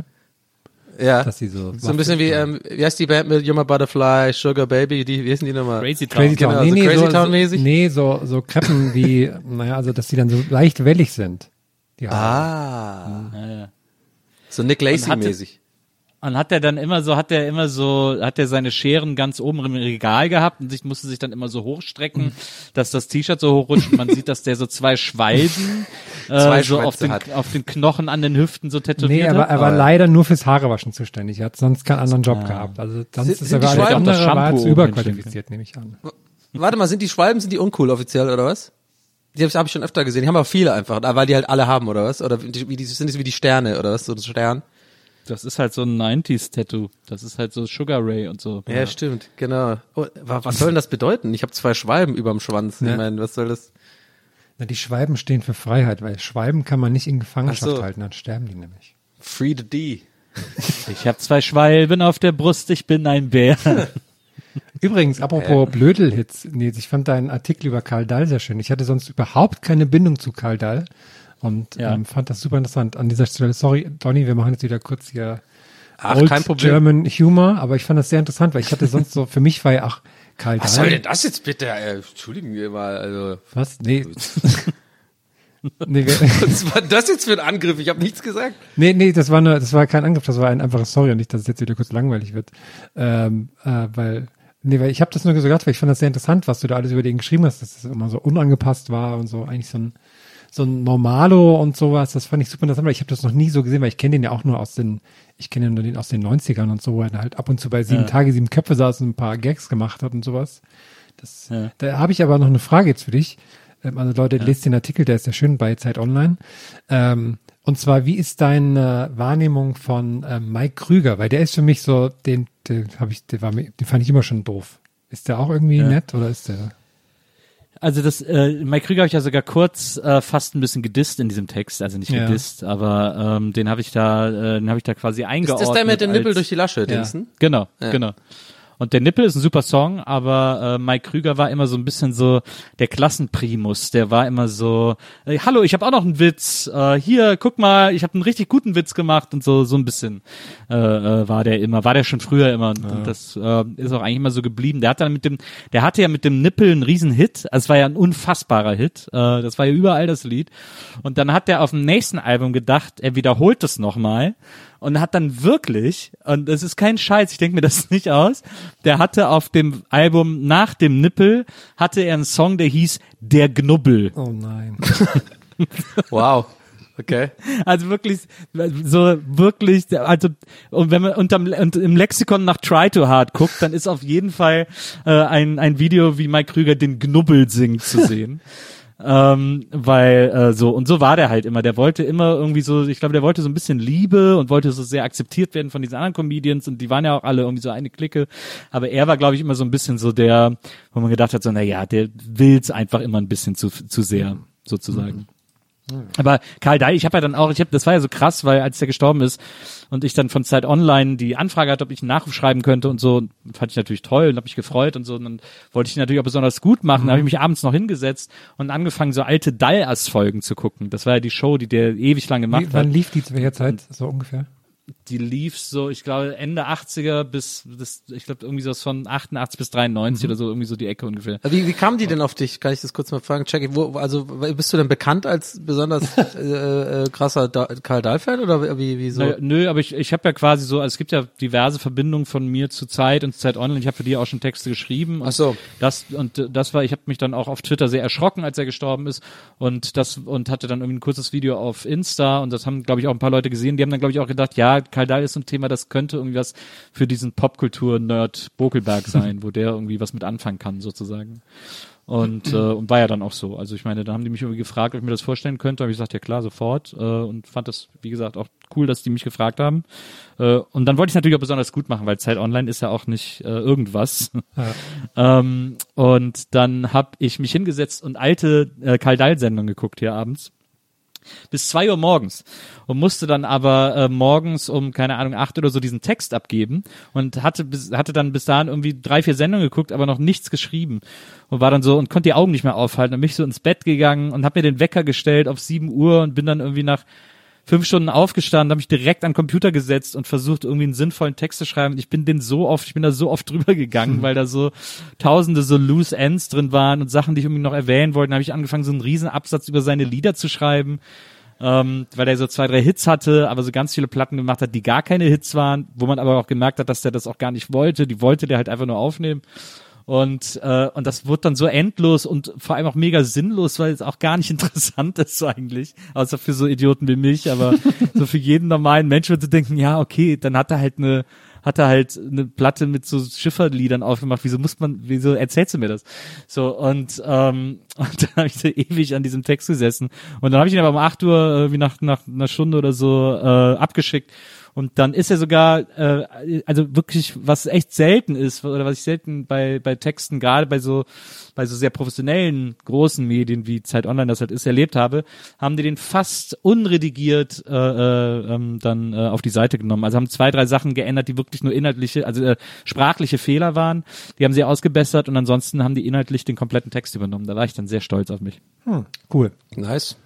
Ja. dass die so. So ein bisschen wie, ähm, wie heißt die Band mit You're My Butterfly, Sugar Baby, die, wie heißen die nochmal? Crazy Town. Crazy Town. Genau, nee, so nee, Crazy so, Town so, mäßig? nee, so, so Kreppen wie, naja, also, dass die dann so leicht wellig sind. Die Haare. Ah. Ja, ja. So Nick Und hatte- Lacey-mäßig. Und hat er dann immer so, hat er immer so, hat er seine Scheren ganz oben im Regal gehabt und sich musste sich dann immer so hochstrecken, dass das T-Shirt so hochrutscht und man sieht, dass der so zwei Schwalben äh, Zwei so auf Schwänze den, hat. auf den Knochen an den Hüften so tätowiert Nee, er war, hat. er war Ah, ja. leider nur fürs Haarewaschen zuständig. Er hat sonst keinen anderen Job gehabt. Also sonst Sind- ist sind er die alles Schwalben andere das war Shampoo zu oben überqualifiziert, nehme ich an. Warte mal, sind die Schwalben, sind die uncool offiziell, oder was? Die habe hab ich schon öfter gesehen. Die haben aber viele einfach, weil die halt alle haben, oder was? Oder die, wie die, sind die wie die Sterne, oder was? So ein Stern? Das ist halt so ein neunziger-Tattoo. Das ist halt so Sugar Ray und so. Ja, stimmt, genau. Oh, wa- was soll denn das bedeuten? Ich habe zwei Schwalben überm Schwanz. Ja. Ich meine, was soll das? Na, die Schwalben stehen für Freiheit, weil Schwalben kann man nicht in Gefangenschaft Ach so. halten, dann sterben die nämlich. Free the D. Ich habe zwei Schwalben auf der Brust, ich bin ein Bär. Übrigens, apropos Blödelhits, Nils, ich fand deinen Artikel über Karl Dahl sehr schön. Ich hatte sonst überhaupt keine Bindung zu Karl Dahl und Ja. ähm, fand das super interessant. An dieser Stelle, sorry, Donny, wir machen jetzt wieder kurz hier Ach, Old kein Problem. German Humor, aber ich fand das sehr interessant, weil ich hatte sonst so, für mich war ja auch Karl Was soll Dahl. denn das jetzt bitte? Äh, entschuldigen wir mal, also. Was? Nee. nee, wir, Was war das jetzt für ein Angriff? Ich habe nichts gesagt. nee, nee, das war nur, das war kein Angriff, das war ein einfaches Sorry und nicht, dass es jetzt wieder kurz langweilig wird. Ähm, äh, weil, nee, weil ich habe das nur gesagt, weil ich fand das sehr interessant, was du da alles über den geschrieben hast, dass das immer so unangepasst war und so eigentlich so ein so ein Normalo und sowas, das fand ich super interessant, weil ich habe das noch nie so gesehen, weil ich kenne den ja auch nur aus den, ich kenne ihn nur den aus den neunzigern und so, wo er halt ab und zu bei sieben Ja. Tage, sieben Köpfe saß und ein paar Gags gemacht hat und sowas. Das, Ja. Da habe ich aber noch eine Frage jetzt für dich. Ähm, Also Leute, lest den Artikel, der ist ja schön bei Zeit Online. Ähm, und zwar, wie ist deine Wahrnehmung von ähm, Mike Krüger? Weil der ist für mich so, den, den habe ich, der war mir, den fand ich immer schon doof. Ist der auch irgendwie Ja. nett oder ist der? Also das, äh, Mike Krüger habe ich ja sogar kurz äh, fast ein bisschen gedisst in diesem Text, also nicht Ja. gedisst, aber ähm, den habe ich da, äh, den habe ich da quasi Ist eingeordnet. das der mit dem Nippel als- durch die Lasche, Ja. Dingsen? Genau, Ja. genau. Und der Nippel ist ein super Song, aber äh, Mike Krüger war immer so ein bisschen so der Klassenprimus. Der war immer so, äh, hallo, ich habe auch noch einen Witz. Äh, hier, guck mal, ich habe einen richtig guten Witz gemacht und so so ein bisschen äh, äh, war der immer, war der schon früher immer. Und, ja. und das äh, ist auch eigentlich immer so geblieben. Der hat dann mit dem, der hatte ja mit dem Nippel einen riesen Hit. Also es war ja ein unfassbarer Hit. Äh, das war ja überall das Lied. Und dann hat er auf dem nächsten Album gedacht, er wiederholt das nochmal. Und hat dann wirklich, und das ist kein Scheiß, ich denke mir das nicht aus, der hatte auf dem Album nach dem Nippel, hatte er einen Song, der hieß Der Knubbel. Oh nein. Wow. Okay. Also wirklich, so wirklich, also und wenn man unterm, und im Lexikon nach Try to Hard guckt, dann ist auf jeden Fall äh, ein ein Video, wie Mike Krüger den Knubbel singt, zu sehen. Ähm, weil äh, so und so war der halt immer, der wollte immer irgendwie so, ich glaube, der wollte so ein bisschen Liebe und wollte so sehr akzeptiert werden von diesen anderen Comedians und die waren ja auch alle irgendwie so eine Clique, aber er war, glaube ich, immer so ein bisschen so der, wo man gedacht hat, so, na ja, der will's einfach immer ein bisschen zu zu sehr, sozusagen. Mhm. Aber Karl Dall, ich habe ja dann auch, ich habe, das war ja so krass, weil als der gestorben ist und ich dann von Zeit Online die Anfrage hatte, ob ich einen Nachruf schreiben könnte und so, fand ich natürlich toll und habe mich gefreut und so, und dann wollte ich natürlich auch besonders gut machen, mhm. da habe ich mich abends noch hingesetzt und angefangen, so alte Dallas-Folgen zu gucken. Das war ja die Show, die der ewig lang gemacht Wie, hat. Wann lief die zu welcher Zeit, so ungefähr? Die lief so, ich glaube, Ende achtziger bis, bis ich glaube, irgendwie so von achtundachtzig bis dreiundneunzig mhm. oder so, irgendwie so die Ecke ungefähr. Wie, wie kam die denn auf dich? Kann ich das kurz mal fragen? Jackie, wo, also bist du denn bekannt als besonders äh, äh, krasser da- Karl Dahl-Fan oder wie, wie so? Naja, nö, aber ich, ich habe ja quasi so, also es gibt ja diverse Verbindungen von mir zu Zeit und zu Zeit Online. Ich habe für die auch schon Texte geschrieben. Und Ach so. Das, und das war, ich habe mich dann auch auf Twitter sehr erschrocken, als er gestorben ist und das, und hatte dann irgendwie ein kurzes Video auf Insta und das haben, glaube ich, auch ein paar Leute gesehen. Die haben dann, glaube ich, auch gedacht, ja, Karl Dahl ist so ein Thema, das könnte irgendwie was für diesen Popkultur-Nerd Bokelberg sein, wo der irgendwie was mit anfangen kann, sozusagen. Und, äh, und war ja dann auch so. Also ich meine, da haben die mich irgendwie gefragt, ob ich mir das vorstellen könnte. Da habe ich gesagt, ja klar, sofort. Äh, und fand das, wie gesagt, auch cool, dass die mich gefragt haben. Äh, und dann wollte ich natürlich auch besonders gut machen, weil Zeit Online ist ja auch nicht äh, irgendwas. Ja. ähm, und dann habe ich mich hingesetzt und alte äh, Karl Dahl-Sendungen geguckt hier abends. Bis zwei Uhr morgens und musste dann aber äh, morgens um, keine Ahnung, acht oder so diesen Text abgeben und hatte bis, hatte dann bis dahin irgendwie drei, vier Sendungen geguckt, aber noch nichts geschrieben und war dann so und konnte die Augen nicht mehr aufhalten und mich so ins Bett gegangen und habe mir den Wecker gestellt auf sieben Uhr und bin dann irgendwie nach fünf Stunden aufgestanden, habe mich direkt an den Computer gesetzt und versucht, irgendwie einen sinnvollen Text zu schreiben. Ich bin den so oft, ich bin da so oft drüber gegangen, weil da so tausende so Loose Ends drin waren und Sachen, die ich irgendwie noch erwähnen wollte. Dann habe ich angefangen, so einen riesen Absatz über seine Lieder zu schreiben, ähm, weil er so zwei, drei Hits hatte, aber so ganz viele Platten gemacht hat, die gar keine Hits waren, wo man aber auch gemerkt hat, dass der das auch gar nicht wollte. Die wollte der halt einfach nur aufnehmen. Und äh, und das wurde dann so endlos und vor allem auch mega sinnlos, weil es auch gar nicht interessant ist so eigentlich, außer für so Idioten wie mich, aber so für jeden normalen Mensch würde denken, ja okay, dann hat er halt eine hat er halt eine Platte mit so Schifferliedern aufgemacht. Wieso muss man, wieso erzählst du mir das? So und ähm, und dann habe ich so ewig an diesem Text gesessen und dann habe ich ihn aber um acht Uhr äh, wie nach nach einer Stunde oder so äh, abgeschickt. Und dann ist er sogar, äh, also wirklich, was echt selten ist, oder was ich selten bei bei Texten, gerade bei so bei so sehr professionellen, großen Medien wie Zeit Online das halt ist, erlebt habe, haben die den fast unredigiert äh, äh, ähm, dann äh, auf die Seite genommen. Also haben zwei, drei Sachen geändert, die wirklich nur inhaltliche, also äh, sprachliche Fehler waren. Die haben sie ausgebessert und ansonsten haben die inhaltlich den kompletten Text übernommen. Da war ich dann sehr stolz auf mich. Hm, cool. Nice.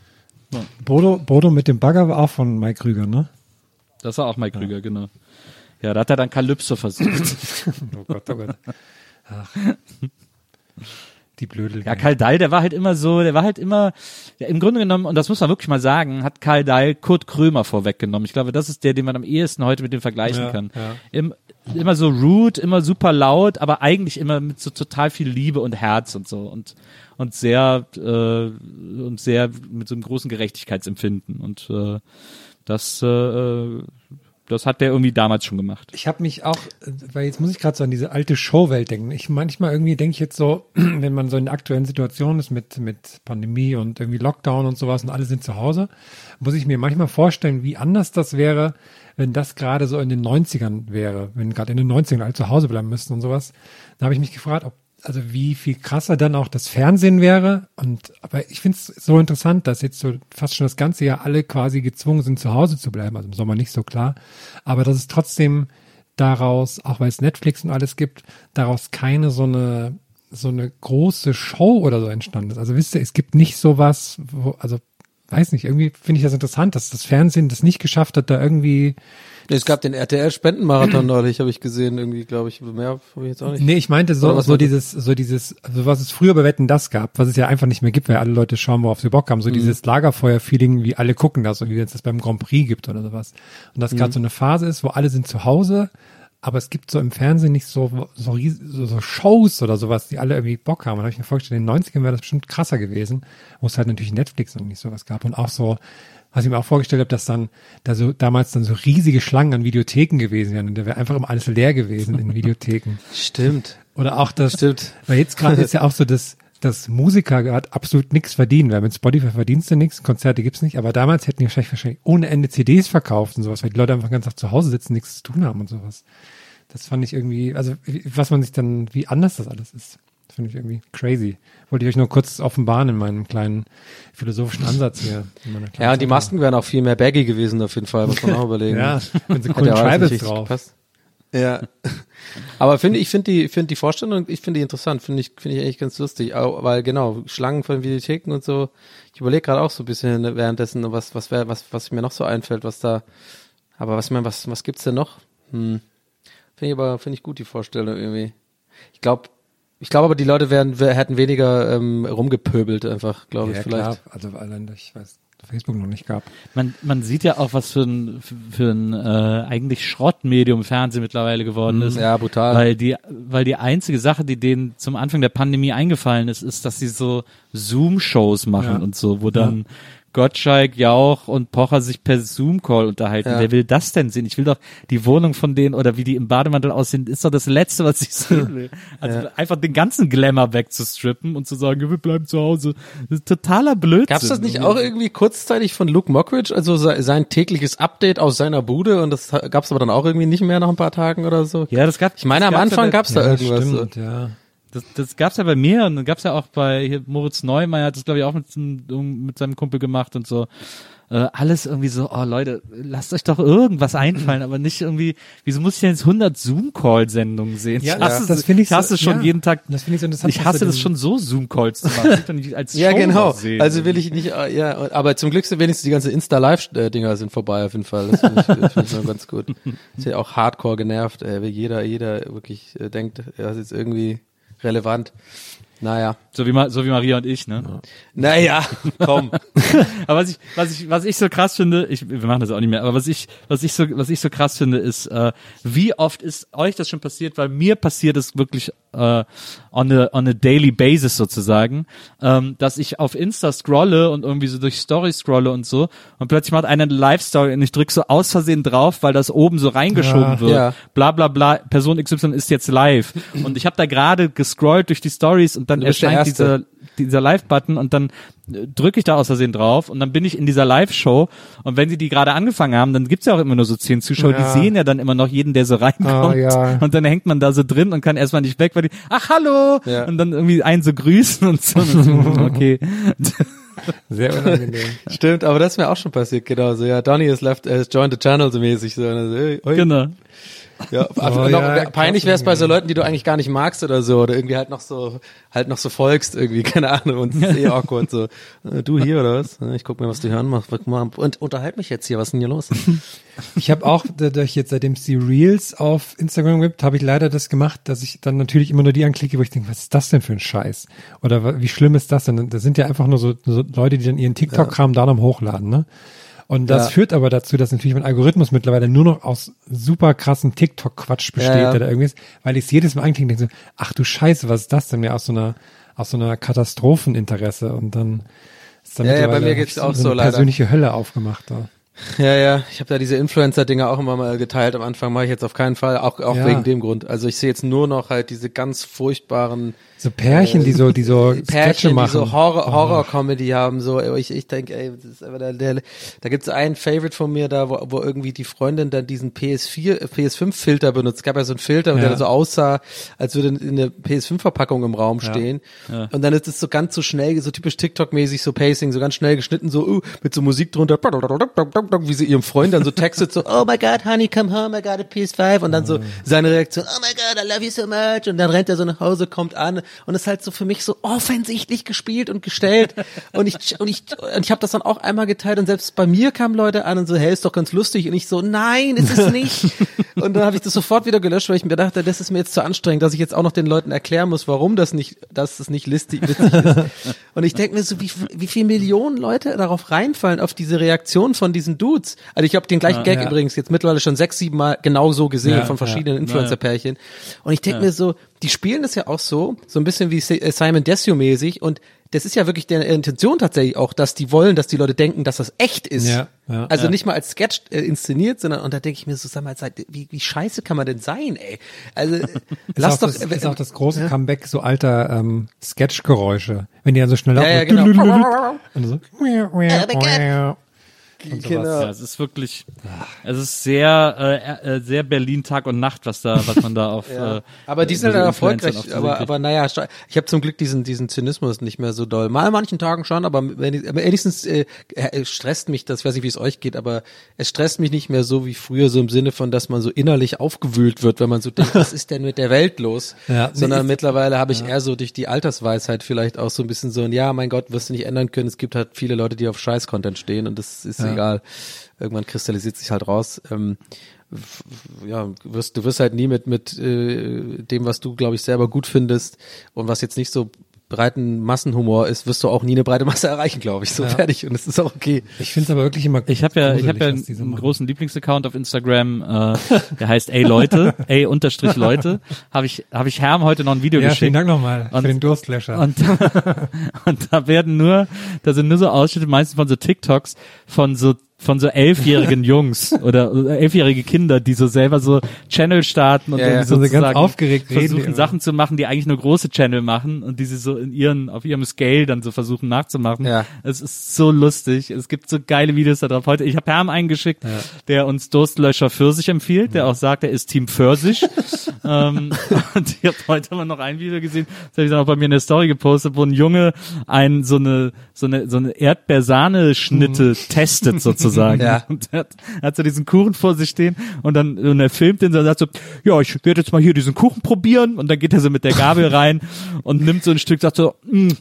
Ja. Bodo, Bodo mit dem Bagger war auch von Mike Krüger, ne? Das war auch Mike Krüger, ja. Genau. Ja, da hat er dann Calypso versucht. Oh Gott, oh Gott. Ach. Die Blödel. Ja, Karl Dahl, der war halt immer so, der war halt immer, ja, im Grunde genommen, und das muss man wirklich mal sagen, hat Karl Dahl Kurt Krömer vorweggenommen. Ich glaube, das ist der, den man am ehesten heute mit dem vergleichen ja, kann. Ja. Im, immer so rude, immer super laut, aber eigentlich immer mit so total viel Liebe und Herz und so und und sehr äh, und sehr mit so einem großen Gerechtigkeitsempfinden und äh, das äh, das hat der irgendwie damals schon gemacht. Ich habe mich auch, weil jetzt muss ich gerade so an diese alte Showwelt denken. Ich manchmal irgendwie denke ich jetzt so, wenn man so in der aktuellen Situation ist mit mit Pandemie und irgendwie Lockdown und sowas und alle sind zu Hause, muss ich mir manchmal vorstellen, wie anders das wäre, wenn das gerade so in den neunzigern wäre, wenn gerade in den neunzigern alle zu Hause bleiben müssten und sowas. Da habe ich mich gefragt, ob also wie viel krasser dann auch das Fernsehen wäre. Und aber ich finde es so interessant, dass jetzt so fast schon das ganze Jahr alle quasi gezwungen sind, zu Hause zu bleiben. Also im Sommer nicht so klar. Aber dass es trotzdem daraus, auch weil es Netflix und alles gibt, daraus keine so eine so eine große Show oder so entstanden ist. Also wisst ihr, es gibt nicht sowas, wo, also weiß nicht, irgendwie finde ich das interessant, dass das Fernsehen das nicht geschafft hat, da irgendwie. Es gab den R T L-Spendenmarathon neulich, habe ich gesehen, irgendwie, glaube ich, mehr habe ich jetzt auch nicht. Nee, ich meinte so, so dieses, so dieses, also was es früher bei Wetten das gab, was es ja einfach nicht mehr gibt, weil alle Leute schauen, worauf sie Bock haben, so mhm. dieses Lagerfeuer-Feeling, wie alle gucken das, so wie es das beim Grand Prix gibt oder sowas. Und das mhm. gerade so eine Phase ist, wo alle sind zu Hause, aber es gibt so im Fernsehen nicht so, so, so, so Shows oder sowas, die alle irgendwie Bock haben. Und da habe ich mir vorgestellt, in den neunzigern wäre das bestimmt krasser gewesen, wo es halt natürlich Netflix und nicht sowas gab. Und auch so, was ich mir auch vorgestellt habe, dass dann da so damals dann so riesige Schlangen an Videotheken gewesen wären und da wäre einfach immer alles leer gewesen in Videotheken. Stimmt. Oder auch das, Stimmt. Weil jetzt gerade ist ja auch so, dass, dass Musiker gerade absolut nichts verdienen, weil mit Spotify verdienst du nichts, Konzerte gibt's nicht, aber damals hätten die wahrscheinlich, wahrscheinlich ohne Ende C Ds verkauft und sowas, weil die Leute einfach ganz Tag zu Hause sitzen, nichts zu tun haben und sowas. Das fand ich irgendwie, also was man sich dann, wie anders das alles ist, finde ich irgendwie crazy. Wollte ich euch nur kurz offenbaren in meinem kleinen philosophischen Ansatz hier. Ja, und die Masken wären auch viel mehr baggy gewesen auf jeden Fall, muss man auch überlegen. Ja, wenn sie coolen Tribals drauf. Gepasst. Ja. Aber finde ich finde die finde die Vorstellung, ich finde die interessant, finde ich finde ich eigentlich ganz lustig, auch, weil genau, Schlangen von Videotheken und so. Ich überlege gerade auch so ein bisschen währenddessen, was was wär, was was mir noch so einfällt, was da aber was mir was was gibt's denn noch? Hm. Finde ich aber finde ich gut die Vorstellung irgendwie. Ich glaube Ich glaube aber, die Leute wären, hätten weniger ähm, rumgepöbelt einfach, glaube ja, ich, vielleicht. Klar. Also allein, ich weiß, Facebook noch nicht gab. Man, man sieht ja auch, was für ein, für ein äh, eigentlich Schrottmedium Fernsehen mittlerweile geworden ist. Ja, brutal. Weil die, weil die einzige Sache, die denen zum Anfang der Pandemie eingefallen ist, ist, dass sie so Zoom-Shows machen ja. und so, wo dann ja. Gottschalk, Jauch und Pocher sich per Zoom-Call unterhalten. Ja. Wer will das denn sehen? Ich will doch die Wohnung von denen oder wie die im Bademantel aussehen, ist doch das Letzte, was ich sehen will. Also ja. einfach den ganzen Glamour wegzustrippen und zu sagen, wir bleiben zu Hause. Das ist totaler Blödsinn. Gab's das nicht auch irgendwie kurzzeitig von Luke Mockridge, also sein tägliches Update aus seiner Bude und das gab's aber dann auch irgendwie nicht mehr nach ein paar Tagen oder so? Ja, das gab Ich meine, am Anfang ja, gab's da ja, irgendwas. Stimmt, so. ja. Das, das gab's ja bei mir und dann gab's ja auch bei hier Moritz Neumeier, hat das glaube ich auch mit, mit seinem Kumpel gemacht und so. Äh, alles irgendwie so, oh Leute, lasst euch doch irgendwas einfallen, aber nicht irgendwie, wieso muss ich denn jetzt hundert Zoom-Call-Sendungen sehen? Ja, ich hasse, das finde ich ich hasse so, schon ja, jeden Tag, das finde ich so interessant. ich hasse das schon so, Zoom-Calls zu machen. Ich doch nicht als ja, Show genau. sehen. Also will ich nicht, ja, aber zum Glück sind wenigstens die ganzen Insta-Live-Dinger sind vorbei auf jeden Fall. Das finde ich, find ich noch ganz gut. Ist ja auch hardcore genervt, ey, weil jeder, jeder wirklich äh, denkt, das ist jetzt irgendwie relevant. Naja. So wie, so wie Maria und ich, ne? Ja. Naja, komm. Aber was ich, was ich, was ich so krass finde, ich, wir machen das auch nicht mehr, aber was ich, was ich so, was ich so krass finde, ist, äh, wie oft ist euch das schon passiert, weil mir passiert es wirklich, äh, on a, on a daily basis sozusagen, ähm, dass ich auf Insta scrolle und irgendwie so durch Story scrolle und so und plötzlich macht einer eine Live-Story und ich drück so aus Versehen drauf, weil das oben so reingeschoben ja, wird. Ja. Bla, bla, bla, Person X Y ist jetzt live. Und ich habe da gerade gescrollt durch die Stories und dann erscheint dieser, dieser Live-Button und dann drücke ich da aus Versehen drauf und dann bin ich in dieser Live-Show und wenn sie die gerade angefangen haben, dann gibt's ja auch immer nur so zehn Zuschauer, ja. die sehen ja dann immer noch jeden, der so reinkommt oh, ja. und dann hängt man da so drin und kann erstmal nicht weg, weil die, ach hallo ja. und dann irgendwie einen so grüßen und so, und so okay. Sehr unangenehm. Stimmt, aber das ist mir auch schon passiert, genau so, ja, Donny has left, has joined the channel so mäßig, so, also, hey, hey. Genau. Ja, oh, noch, ja, peinlich wäre es bei so Leuten, die du eigentlich gar nicht magst oder so, oder irgendwie halt noch so, halt noch so folgst irgendwie, keine Ahnung, und es ist eh awkward so. Du hier oder was? Ich guck mir, was du hier anmachst, und unterhalt mich jetzt hier, was ist denn hier los? Ich habe auch, dadurch jetzt seitdem es die Reels auf Instagram gibt, habe ich leider das gemacht, dass ich dann natürlich immer nur die anklicke, wo ich denke, was ist das denn für ein Scheiß? Oder wie schlimm ist das denn? Das sind ja einfach nur so, so Leute, die dann ihren TikTok-Kram ja. da noch hochladen, ne? Und das ja. führt aber dazu, dass natürlich mein Algorithmus mittlerweile nur noch aus super krassen TikTok-Quatsch besteht ja, ja. oder irgendwas, weil ich es jedes Mal anklicke und denke so, ach du Scheiße, was ist das denn? Ja, aus so einer, aus so einer Katastropheninteresse und dann ist dann ja, mittlerweile ja, bei mir geht's auch so so eine leider. persönliche Hölle aufgemacht da. Ja, ja, ich habe da diese Influencer-Dinger auch immer mal geteilt. Am Anfang mache ich jetzt auf keinen Fall, auch auch ja. wegen dem Grund. Also ich sehe jetzt nur noch halt diese ganz furchtbaren so Pärchen, äh, die so die so Pärchen, machen. die so Horror Horror Comedy haben. So ich ich denke, ey, das ist aber der, der da gibt's einen Favorite von mir da, wo, wo irgendwie die Freundin dann diesen P S vier P S fünf Filter benutzt. Es gab ja so einen Filter, ja. der so aussah, als würde in der P S fünf Verpackung im Raum stehen. Ja. Ja. Und dann ist es so ganz so schnell, so typisch TikTok-mäßig so Pacing, so ganz schnell geschnitten, so uh, mit so Musik drunter. wie sie ihrem Freund dann so textet, so, oh my God, honey, come home, I got a P S fünf und dann so seine Reaktion, oh my God, I love you so much und dann rennt er so nach Hause, kommt an und ist halt so für mich so offensichtlich gespielt und gestellt und ich und ich und ich habe das dann auch einmal geteilt und selbst bei mir kamen Leute an und so, hey, ist doch ganz lustig und ich so, nein, ist es nicht und dann habe ich das sofort wieder gelöscht, weil ich mir dachte, das ist mir jetzt zu anstrengend, dass ich jetzt auch noch den Leuten erklären muss, warum das nicht, dass es nicht listig, witzig ist und ich denke mir so, wie, wie viele Millionen Leute darauf reinfallen, auf diese Reaktion von diesen Dudes. Also ich habe den gleichen ja, Gag ja. übrigens jetzt mittlerweile schon sechs, sieben Mal genau so gesehen ja, von verschiedenen ja, Influencer-Pärchen. Und ich denke ja. mir so, die spielen das ja auch so, so ein bisschen wie Simon Desue-mäßig und das ist ja wirklich der Intention tatsächlich auch, dass die wollen, dass die Leute denken, dass das echt ist. Ja, ja, also ja. nicht mal als Sketch äh, inszeniert, sondern und da denke ich mir so, sag mal, wie, wie scheiße kann man denn sein, ey? Also lass ist doch. Das, äh, ist auch das große ja? Comeback so alter ähm, Sketch-Geräusche, wenn die dann so schnell laufen. Ja, ja, genau. Und so. Und genau. Ja, es ist wirklich, es ist sehr, äh, sehr Berlin Tag und Nacht, was da, was man da auf. ja. äh, aber die sind dann erfolgreich. Aber, aber naja, ich habe zum Glück diesen, diesen Zynismus nicht mehr so doll. Mal an manchen Tagen schon, aber wenigstens äh, stresst mich das. Ich weiß nicht, wie es euch geht, aber es stresst mich nicht mehr so wie früher, so im Sinne von, dass man so innerlich aufgewühlt wird, wenn man so denkt, was ist denn mit der Welt los? Ja, Sondern nee, mittlerweile habe ich ja. eher so durch die Altersweisheit vielleicht auch so ein bisschen so ein, ja, mein Gott, wirst du nicht ändern können. Es gibt halt viele Leute, die auf Scheiß-Content stehen und das ist ja. egal. Irgendwann kristallisiert sich halt raus. Ähm, ja, du wirst, du wirst halt nie mit mit äh, dem, was du, glaube ich, selber gut findest und was jetzt nicht so breiten Massenhumor ist, wirst du auch nie eine breite Masse erreichen, glaube ich. So ja. fertig und es ist auch okay. Ich finde es aber wirklich immer. Ich habe ja, ich habe ja einen, einen großen Lieblingsaccount auf Instagram, äh, der heißt ey Leute, ey unterstrich Leute. Habe ich, habe ich Herm heute noch ein Video ja, geschickt. Vielen Dank nochmal für den Durstlöscher. Und, und da werden nur, da sind nur so Ausschnitte, meistens von so TikToks von so von so elfjährigen Jungs oder elfjährige Kinder, die so selber so Channel starten und ja, dann ja. sozusagen so ganz aufgeregt versuchen reden, Sachen zu machen, die eigentlich nur große Channel machen und die sie so in ihren, auf ihrem Scale dann so versuchen nachzumachen. Ja. Es ist so lustig. Es gibt so geile Videos da drauf. Heute, ich habe Herm eingeschickt, ja. der uns Durstlöscher Pfirsich empfiehlt, der auch sagt, er ist Team Pfirsich. ähm, und ich habe heute mal noch ein Video gesehen, das habe ich dann auch bei mir in der Story gepostet, wo ein Junge ein so eine so eine so eine Erdbeersahne-Schnitte mhm. testet sozusagen. Ja. Und er hat, er hat so diesen Kuchen vor sich stehen und dann und er filmt den so und sagt so, ja, ich werde jetzt mal hier diesen Kuchen probieren und dann geht er so mit der Gabel rein und nimmt so ein Stück, sagt so, mm,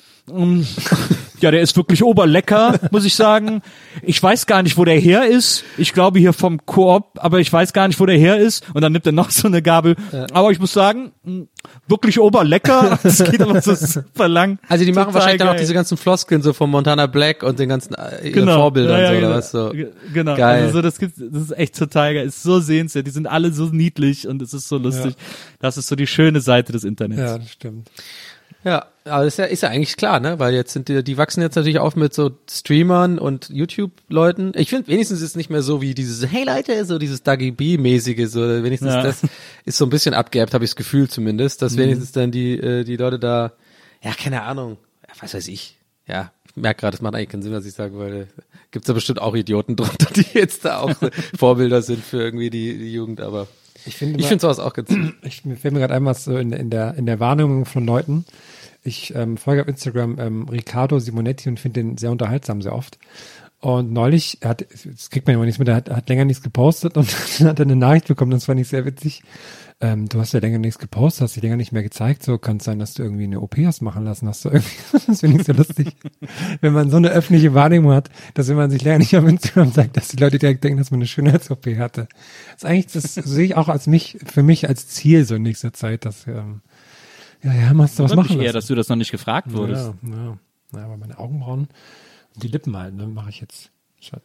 mm, ja, der ist wirklich oberlecker, muss ich sagen. Ich weiß gar nicht, wo der her ist. Ich glaube hier vom Coop, aber ich weiß gar nicht, wo der her ist. Und dann nimmt er noch so eine Gabel. Ja. Aber ich muss sagen, wirklich oberlecker. Das geht aber so super lang. Also die machen Total wahrscheinlich geil. Dann auch diese ganzen Floskeln so von Montana Black und den ganzen äh, genau. Vorbildern ja, ja, so, genau. oder was so. Genau. Geil. Also so, das gibt's, das ist echt total geil. Ist so sehenswert. Die sind alle so niedlich und es ist so lustig. Ja. Das ist so die schöne Seite des Internets. Ja, das stimmt. Ja, aber das ist ja, ist ja eigentlich klar, ne? Weil jetzt sind die, die wachsen jetzt natürlich auf mit so Streamern und YouTube-Leuten. Ich finde, wenigstens ist es nicht mehr so wie dieses Hey Leute, so dieses Dougie B-mäßige, so wenigstens ja. das ist so ein bisschen abgeerbt, habe ich das Gefühl zumindest, dass mhm. wenigstens dann die äh, die Leute da, ja, keine Ahnung, ja, was weiß ich, ja, ich merke gerade, das macht eigentlich keinen Sinn, was ich sage, weil gibt's da bestimmt auch Idioten drunter, die jetzt da auch Vorbilder sind für irgendwie die, die Jugend, aber ich finde ich finde sowas auch ganz ich mir fällt mir gerade einmal so in, in der in der Wahrnehmung von Leuten. Ich ähm, folge auf Instagram ähm, Riccardo Simonetti und finde den sehr unterhaltsam sehr oft. Und neulich, er hat, das kriegt man immer nichts mit, er hat, hat länger nichts gepostet und dann hat er eine Nachricht bekommen, das fand ich sehr witzig. Ähm, du hast ja länger nichts gepostet, hast dich länger nicht mehr gezeigt, so kann es sein, dass du irgendwie eine O P hast machen lassen, hast du irgendwie, das finde ich so lustig. Wenn man so eine öffentliche Wahrnehmung hat, dass wenn man sich länger nicht auf Instagram zeigt, dass die Leute direkt denken, dass man eine Schönheits-O P hatte. Das ist eigentlich, das sehe ich auch als mich, für mich als Ziel so in nächster Zeit, dass, ähm, ja, ja, machst du was machen eher, dass du das noch nicht gefragt wurdest. Ja, ja. Ja, aber meine Augenbrauen und die Lippen halt, ne, mache ich jetzt statt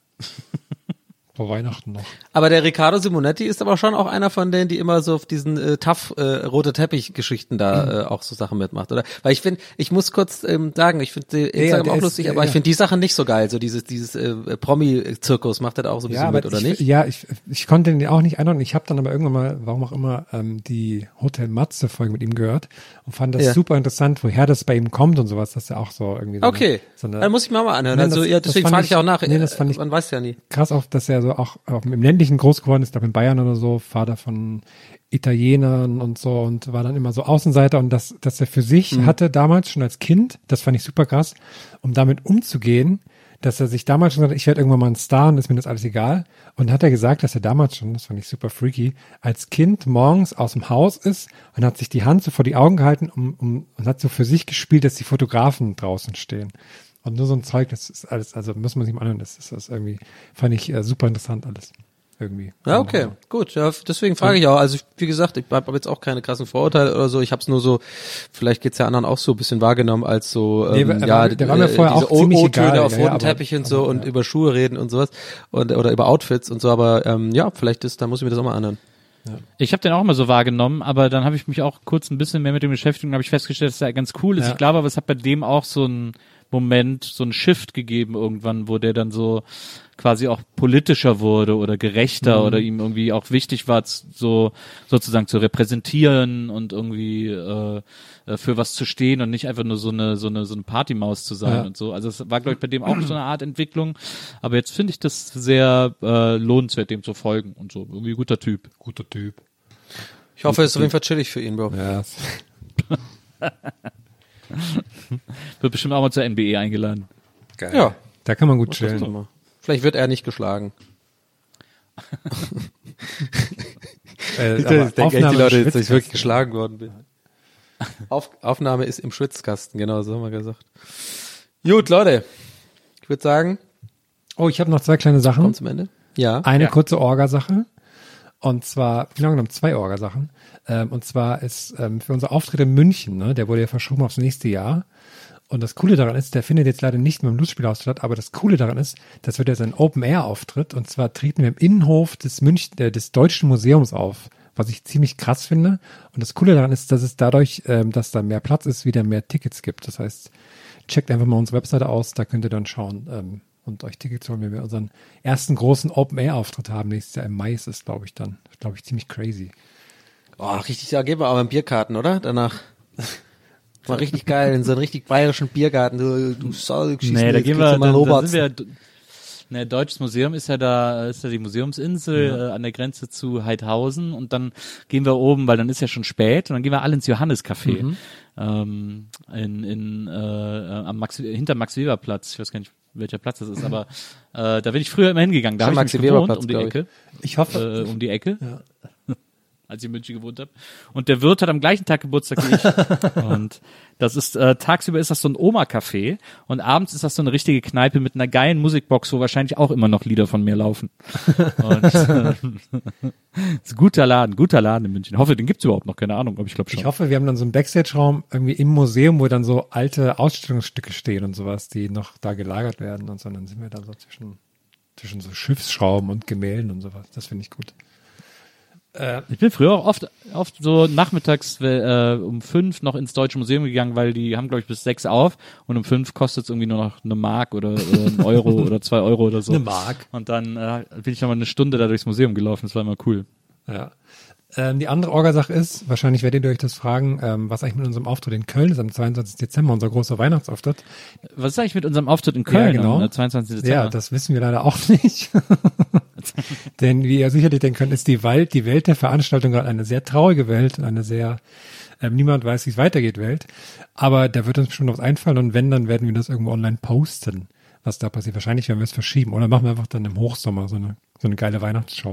vor Weihnachten noch. Aber der Riccardo Simonetti ist aber schon auch einer von denen, die immer so auf diesen äh, tough äh, rote Teppich-Geschichten da mhm. äh, auch so Sachen mitmacht, oder? Weil ich finde, ich muss kurz ähm, sagen, ich finde Instagram ja, auch ist, lustig, ja, aber ja. ich finde die Sachen nicht so geil. So dieses dieses äh, Promi-Zirkus macht er da auch so ein bisschen ja, mit, oder ich, nicht? Ja, ich ich konnte den auch nicht einordnen. Ich habe dann aber irgendwann mal, warum auch immer, ähm, die Hotel Matze-Folge mit ihm gehört und fand das ja. super interessant, woher das bei ihm kommt und sowas, dass er auch so irgendwie so okay, eine, so eine, dann muss ich mal mal anhören. Nein, also das, ja, deswegen frage ich auch nach. Nee, das fand ich, man weiß ja nie. Krass auch, dass er so auch, auch im ländlichen groß geworden ist, ich glaube in Bayern oder so, Vater von Italienern und so und war dann immer so Außenseiter und das, dass er für sich mhm. hatte damals schon als Kind, das fand ich super krass, um damit umzugehen, dass er sich damals schon gesagt hat, ich werde irgendwann mal ein Star und ist mir das alles egal. Und hat er gesagt, dass er damals schon, das fand ich super freaky, als Kind morgens aus dem Haus ist und hat sich die Hand so vor die Augen gehalten um, um, und hat so für sich gespielt, dass die Fotografen draußen stehen. Und nur so ein Zeug, das ist alles, also muss man sich mal anhören, das ist das irgendwie, fand ich äh, super interessant alles. Irgendwie. Ja, okay, gut. Ja, deswegen frage ich auch. Also ich, wie gesagt, ich habe jetzt auch keine krassen Vorurteile oder so. Ich habe es nur so, vielleicht geht's ja anderen auch so ein bisschen wahrgenommen als so, nee, ähm, der ja, war, der war mir äh, vorher diese auch ziemlich O-Töne egal, auf ja, roten aber, Teppichen und so aber, und ja. über Schuhe reden und sowas und oder über Outfits und so. Aber ähm, ja, vielleicht ist, da muss ich mir das auch mal anhören. Ja. Ich habe den auch immer so wahrgenommen, aber dann habe ich mich auch kurz ein bisschen mehr mit dem beschäftigt und habe ich festgestellt, dass der ganz cool ist. Ja. Ich glaube, aber es hat bei dem auch so ein Moment, so ein Shift gegeben irgendwann, wo der dann so quasi auch politischer wurde oder gerechter mhm. oder ihm irgendwie auch wichtig war, so sozusagen zu repräsentieren und irgendwie äh, für was zu stehen und nicht einfach nur so eine so eine so eine Partymaus zu sein ja. und so. Also es war, glaube ich, bei dem auch so eine Art Entwicklung. Aber jetzt finde ich das sehr äh, lohnenswert, dem zu folgen und so. Irgendwie guter Typ. Guter Typ. Ich hoffe, es ist auf jeden Fall chillig für ihn, Bro. Ja. Wird bestimmt auch mal zur N B A eingeladen. Geil. Ja. Da kann man gut chillen. Vielleicht wird er nicht geschlagen. äh, ich denke echt, die Leute jetzt, dass ich wirklich geschlagen worden bin. Auf, Aufnahme ist im Schwitzkasten, genau, so haben wir gesagt. Gut, Leute. Ich würde sagen. Oh, ich habe noch zwei kleine Sachen. Kommt zum Ende. Ja. Eine ja. kurze Orga-Sache. Und zwar, genau genommen zwei Orga-Sachen. Ähm, und zwar ist ähm, für unser Auftritt in München, ne, der wurde ja verschoben aufs nächste Jahr. Und das Coole daran ist, der findet jetzt leider nicht mehr im Lustspielhaus statt, aber das Coole daran ist, das wird jetzt ein Open-Air-Auftritt. Und zwar treten wir im Innenhof des München, äh, des Deutschen Museums auf, was ich ziemlich krass finde. Und das Coole daran ist, dass es dadurch, ähm, dass da mehr Platz ist, wieder mehr Tickets gibt. Das heißt, checkt einfach mal unsere Webseite aus, da könnt ihr dann schauen ähm, und euch Tickets holen, wenn wir unseren ersten großen Open-Air-Auftritt haben. Nächstes Jahr im Mai ist es, glaube ich, dann. Glaube ich, ziemlich crazy. Oh, richtig, da geben wir aber Bierkarten, oder? Danach. War richtig geil, in so einen richtig bayerischen Biergarten. Du, du Sau, du Nee, da gehen wir, da, da sind wir, ne, Deutsches Museum ist ja da, ist ja die Museumsinsel ja. äh, an der Grenze zu Heidhausen und dann gehen wir oben, weil dann ist ja schon spät und dann gehen wir alle ins Johannes-Café mhm. ähm, in, in, äh, am Max, hinter Max-Weber-Platz. Ich weiß gar nicht, welcher Platz das ist, aber äh, da bin ich früher immer hingegangen. Da habe ich mich gewohnt, um die Ecke. Ich, ich hoffe. Äh, um die Ecke. Ja. Als ich in München gewohnt habe. Und der Wirt hat am gleichen Tag Geburtstag wie ich. Und das ist, äh, tagsüber ist das so ein Oma-Café und abends ist das so eine richtige Kneipe mit einer geilen Musikbox, wo wahrscheinlich auch immer noch Lieder von mir laufen. Und äh, ist ein guter Laden, guter Laden in München. Ich hoffe, den gibt's überhaupt noch, keine Ahnung, aber ich glaube schon. Ich hoffe, wir haben dann so einen Backstage-Raum irgendwie im Museum, wo dann so alte Ausstellungsstücke stehen und sowas, die noch da gelagert werden und so. Und dann sind wir da so zwischen, zwischen so Schiffsschrauben und Gemälden und sowas. Das finde ich gut. Ich bin früher auch oft, oft so nachmittags äh, um fünf noch ins Deutsche Museum gegangen, weil die haben, glaube ich, bis sechs auf und um fünf kostet es irgendwie nur noch eine Mark oder, oder ein Euro oder zwei Euro oder so. Eine Mark. Und dann äh, bin ich nochmal eine Stunde da durchs Museum gelaufen, das war immer cool. Ja. Ähm, die andere Orgasache ist, wahrscheinlich werdet ihr euch das fragen, ähm, was eigentlich mit unserem Auftritt in Köln ist am zweiundzwanzigsten Dezember, unser großer Weihnachtsauftritt. Was ist eigentlich mit unserem Auftritt in Köln ja, genau. am zweiundzwanzigsten Dezember? Ja, das wissen wir leider auch nicht. Denn wie ihr sicherlich denken könnt, ist die Welt, die Welt der Veranstaltung gerade eine sehr traurige Welt und eine sehr, ähm, niemand weiß, wie es weitergeht Welt. Aber da wird uns bestimmt was einfallen und wenn, dann werden wir das irgendwo online posten, was da passiert. Wahrscheinlich werden wir es verschieben oder machen wir einfach dann im Hochsommer so eine, so eine geile Weihnachtsshow.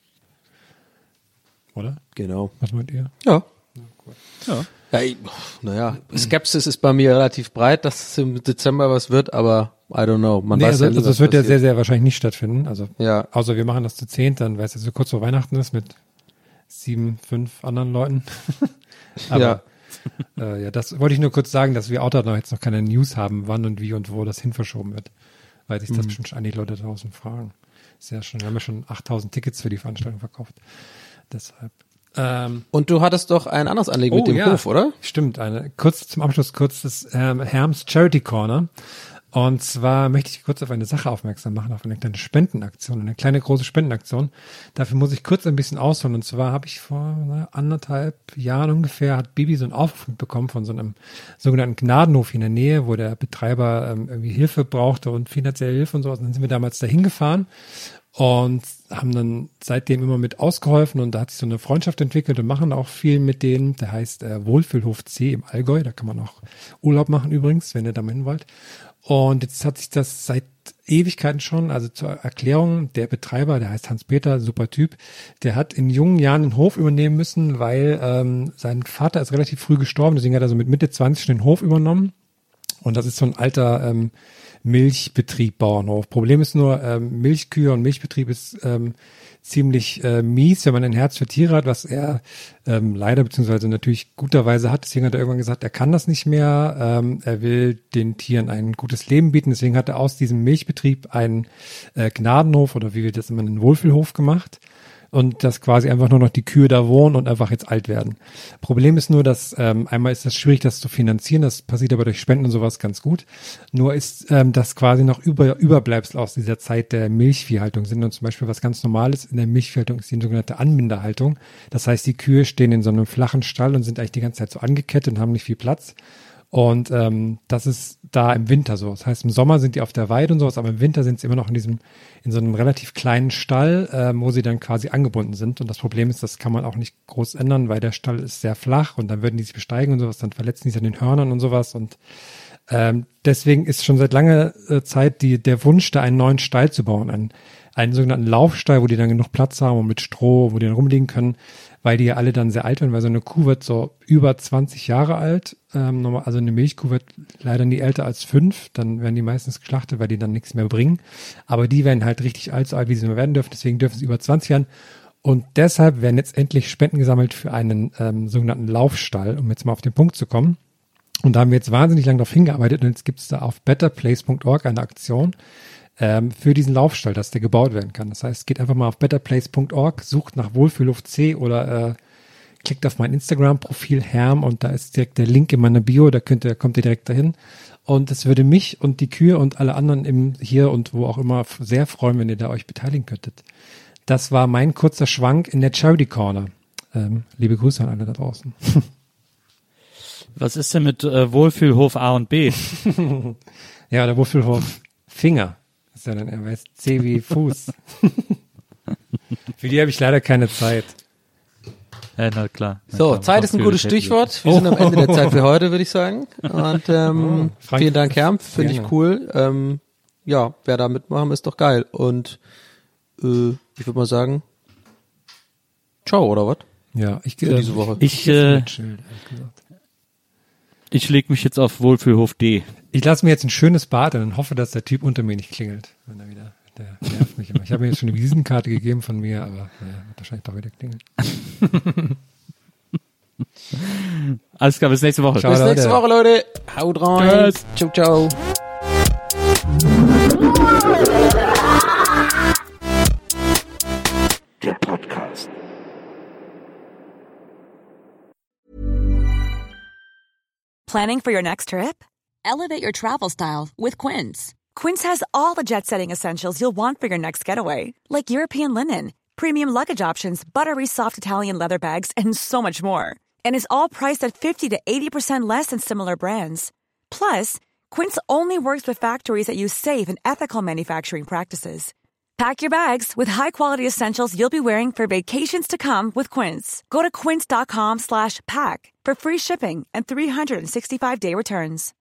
Oder? Genau. Was meint ihr? Ja. Ja, cool. Ja. Ja, ich, naja, Skepsis ist bei mir relativ breit, dass es im Dezember was wird, aber I don't know. Man nee, weiß also, ja nie, also was es wird passiert. ja sehr, sehr wahrscheinlich nicht stattfinden. Also, ja. außer wir machen das zu zehnt, dann weil es jetzt so kurz vor Weihnachten ist mit sieben, fünf anderen Leuten. Aber ja. Äh, ja, das wollte ich nur kurz sagen, dass wir auch da noch jetzt noch keine News haben, wann und wie und wo das hin verschoben wird. Weil sich das Mhm. bestimmt schon einige Leute draußen fragen. Ist ja schon, wir haben ja schon achttausend Tickets für die Veranstaltung verkauft. Deshalb. Ähm, Und du hattest doch ein anderes Anliegen oh, mit dem ja. Hof, oder? Stimmt, eine kurz zum Abschluss kurz das ähm, Herms Charity Corner. Und zwar möchte ich kurz auf eine Sache aufmerksam machen, auf eine kleine Spendenaktion, eine kleine große Spendenaktion. Dafür muss ich kurz ein bisschen ausholen. Und zwar habe ich vor ne, anderthalb Jahren ungefähr, hat Bibi so einen Aufruf mitbekommen von so einem sogenannten Gnadenhof hier in der Nähe, wo der Betreiber ähm, irgendwie Hilfe brauchte und finanzielle Hilfe und sowas. Und dann sind wir damals dahin gefahren und haben dann seitdem immer mit ausgeholfen und da hat sich so eine Freundschaft entwickelt und machen auch viel mit denen. Der heißt äh, Wohlfühlhof C im Allgäu. Da kann man auch Urlaub machen übrigens, wenn ihr da mal hin wollt. Und jetzt hat sich das seit Ewigkeiten schon. Also zur Erklärung, der Betreiber, der heißt Hans-Peter, super Typ, der hat in jungen Jahren den Hof übernehmen müssen, weil ähm, sein Vater ist relativ früh gestorben, deswegen hat er so mit Mitte zwanzig den Hof übernommen. Und das ist so ein alter ähm, Milchbetrieb, Bauernhof. Problem ist nur, ähm, Milchkühe und Milchbetrieb ist ähm, ziemlich äh, mies, wenn man ein Herz für Tiere hat, was er ähm, leider beziehungsweise natürlich guterweise hat. Deswegen hat er irgendwann gesagt, er kann das nicht mehr. Ähm, er will den Tieren ein gutes Leben bieten. Deswegen hat er aus diesem Milchbetrieb einen äh, Gnadenhof oder wie wir das immer einen Wohlfühlhof gemacht. Und dass quasi einfach nur noch die Kühe da wohnen und einfach jetzt alt werden. Problem ist nur, dass ähm, einmal ist das schwierig, das zu finanzieren. Das passiert aber durch Spenden und sowas ganz gut. Nur ist ähm, das quasi noch über, Überbleibsel aus dieser Zeit der Milchviehhaltung sind. Und zum Beispiel was ganz Normales in der Milchviehhaltung ist die sogenannte Anbinderhaltung. Das heißt, die Kühe stehen in so einem flachen Stall und sind eigentlich die ganze Zeit so angekettet und haben nicht viel Platz. Und ähm, das ist da im Winter so. Das heißt, im Sommer sind die auf der Weide und sowas, aber im Winter sind sie immer noch in diesem, in so einem relativ kleinen Stall, ähm, wo sie dann quasi angebunden sind. Und das Problem ist, das kann man auch nicht groß ändern, weil der Stall ist sehr flach und dann würden die sich besteigen und sowas, dann verletzen die sich an den Hörnern und sowas. Und ähm, deswegen ist schon seit langer äh, Zeit die, der Wunsch, da einen neuen Stall zu bauen, einen, einen sogenannten Laufstall, wo die dann genug Platz haben und mit Stroh, wo die dann rumliegen können, weil die ja alle dann sehr alt werden, weil so eine Kuh wird so über zwanzig Jahre alt. Ähm, also eine Milchkuh wird leider nie älter als fünf, dann werden die meistens geschlachtet, weil die dann nichts mehr bringen. Aber die werden halt richtig alt, so alt, wie sie nur werden dürfen, deswegen dürfen sie über zwanzig werden. Und deshalb werden jetzt endlich Spenden gesammelt für einen ähm, sogenannten Laufstall, um jetzt mal auf den Punkt zu kommen. Und da haben wir jetzt wahnsinnig lange darauf hingearbeitet und jetzt gibt es da auf better place punkt org eine Aktion ähm, für diesen Laufstall, dass der gebaut werden kann. Das heißt, geht einfach mal auf better place punkt org, sucht nach Wohlfühlhof C oder äh, klickt auf mein Instagram-Profil Herm und da ist direkt der Link in meiner Bio, da könnt ihr, kommt ihr direkt dahin. Und es würde mich und die Kühe und alle anderen im hier und wo auch immer sehr freuen, wenn ihr da euch beteiligen könntet. Das war mein kurzer Schwank in der Charity Corner. Ähm, liebe Grüße an alle da draußen. Was ist denn mit äh, Wohlfühlhof A und B? Ja, der Wohlfühlhof Finger. Das ist ja dann, er weiß C wie Fuß. Für die habe ich leider keine Zeit. Ja, na klar. Na So, klar, Zeit ist ein gutes Stichwort. Wir sind am Ende der Zeit für heute, würde ich sagen. Und ähm, Oh, Frank, vielen Dank, Herm. Finde ich gerne. cool. Ähm, ja, wer da mitmachen, ist doch geil. Und äh, ich würde mal sagen, ciao, oder was? Ja, ich Für diese Woche. Ich, äh, ich leg mich jetzt auf Wohlfühlhof D. Ich lasse mir jetzt ein schönes Bad und hoffe, dass der Typ unter mir nicht klingelt, wenn er wieder, der nervt mich immer. Ich habe mir jetzt schon eine Visitenkarte gegeben von mir, aber ja, wird wahrscheinlich doch wieder klingeln. Alles klar, bis nächste Woche. Ciao, Bis Leute. nächste Woche, Leute. Haut rein. Tschüss. Ciao, ciao. Der Podcast. Planning for your next trip? Elevate your travel style with Quince. Quince has all the jet-setting essentials you'll want for your next getaway, like European linen, premium luggage options, buttery soft Italian leather bags, and so much more. And is all priced at fifty to eighty percent less than similar brands. Plus, Quince only works with factories that use safe and ethical manufacturing practices. Pack your bags with high-quality essentials you'll be wearing for vacations to come with Quince. Go to quince dot com slash pack for free shipping and three sixty-five day returns.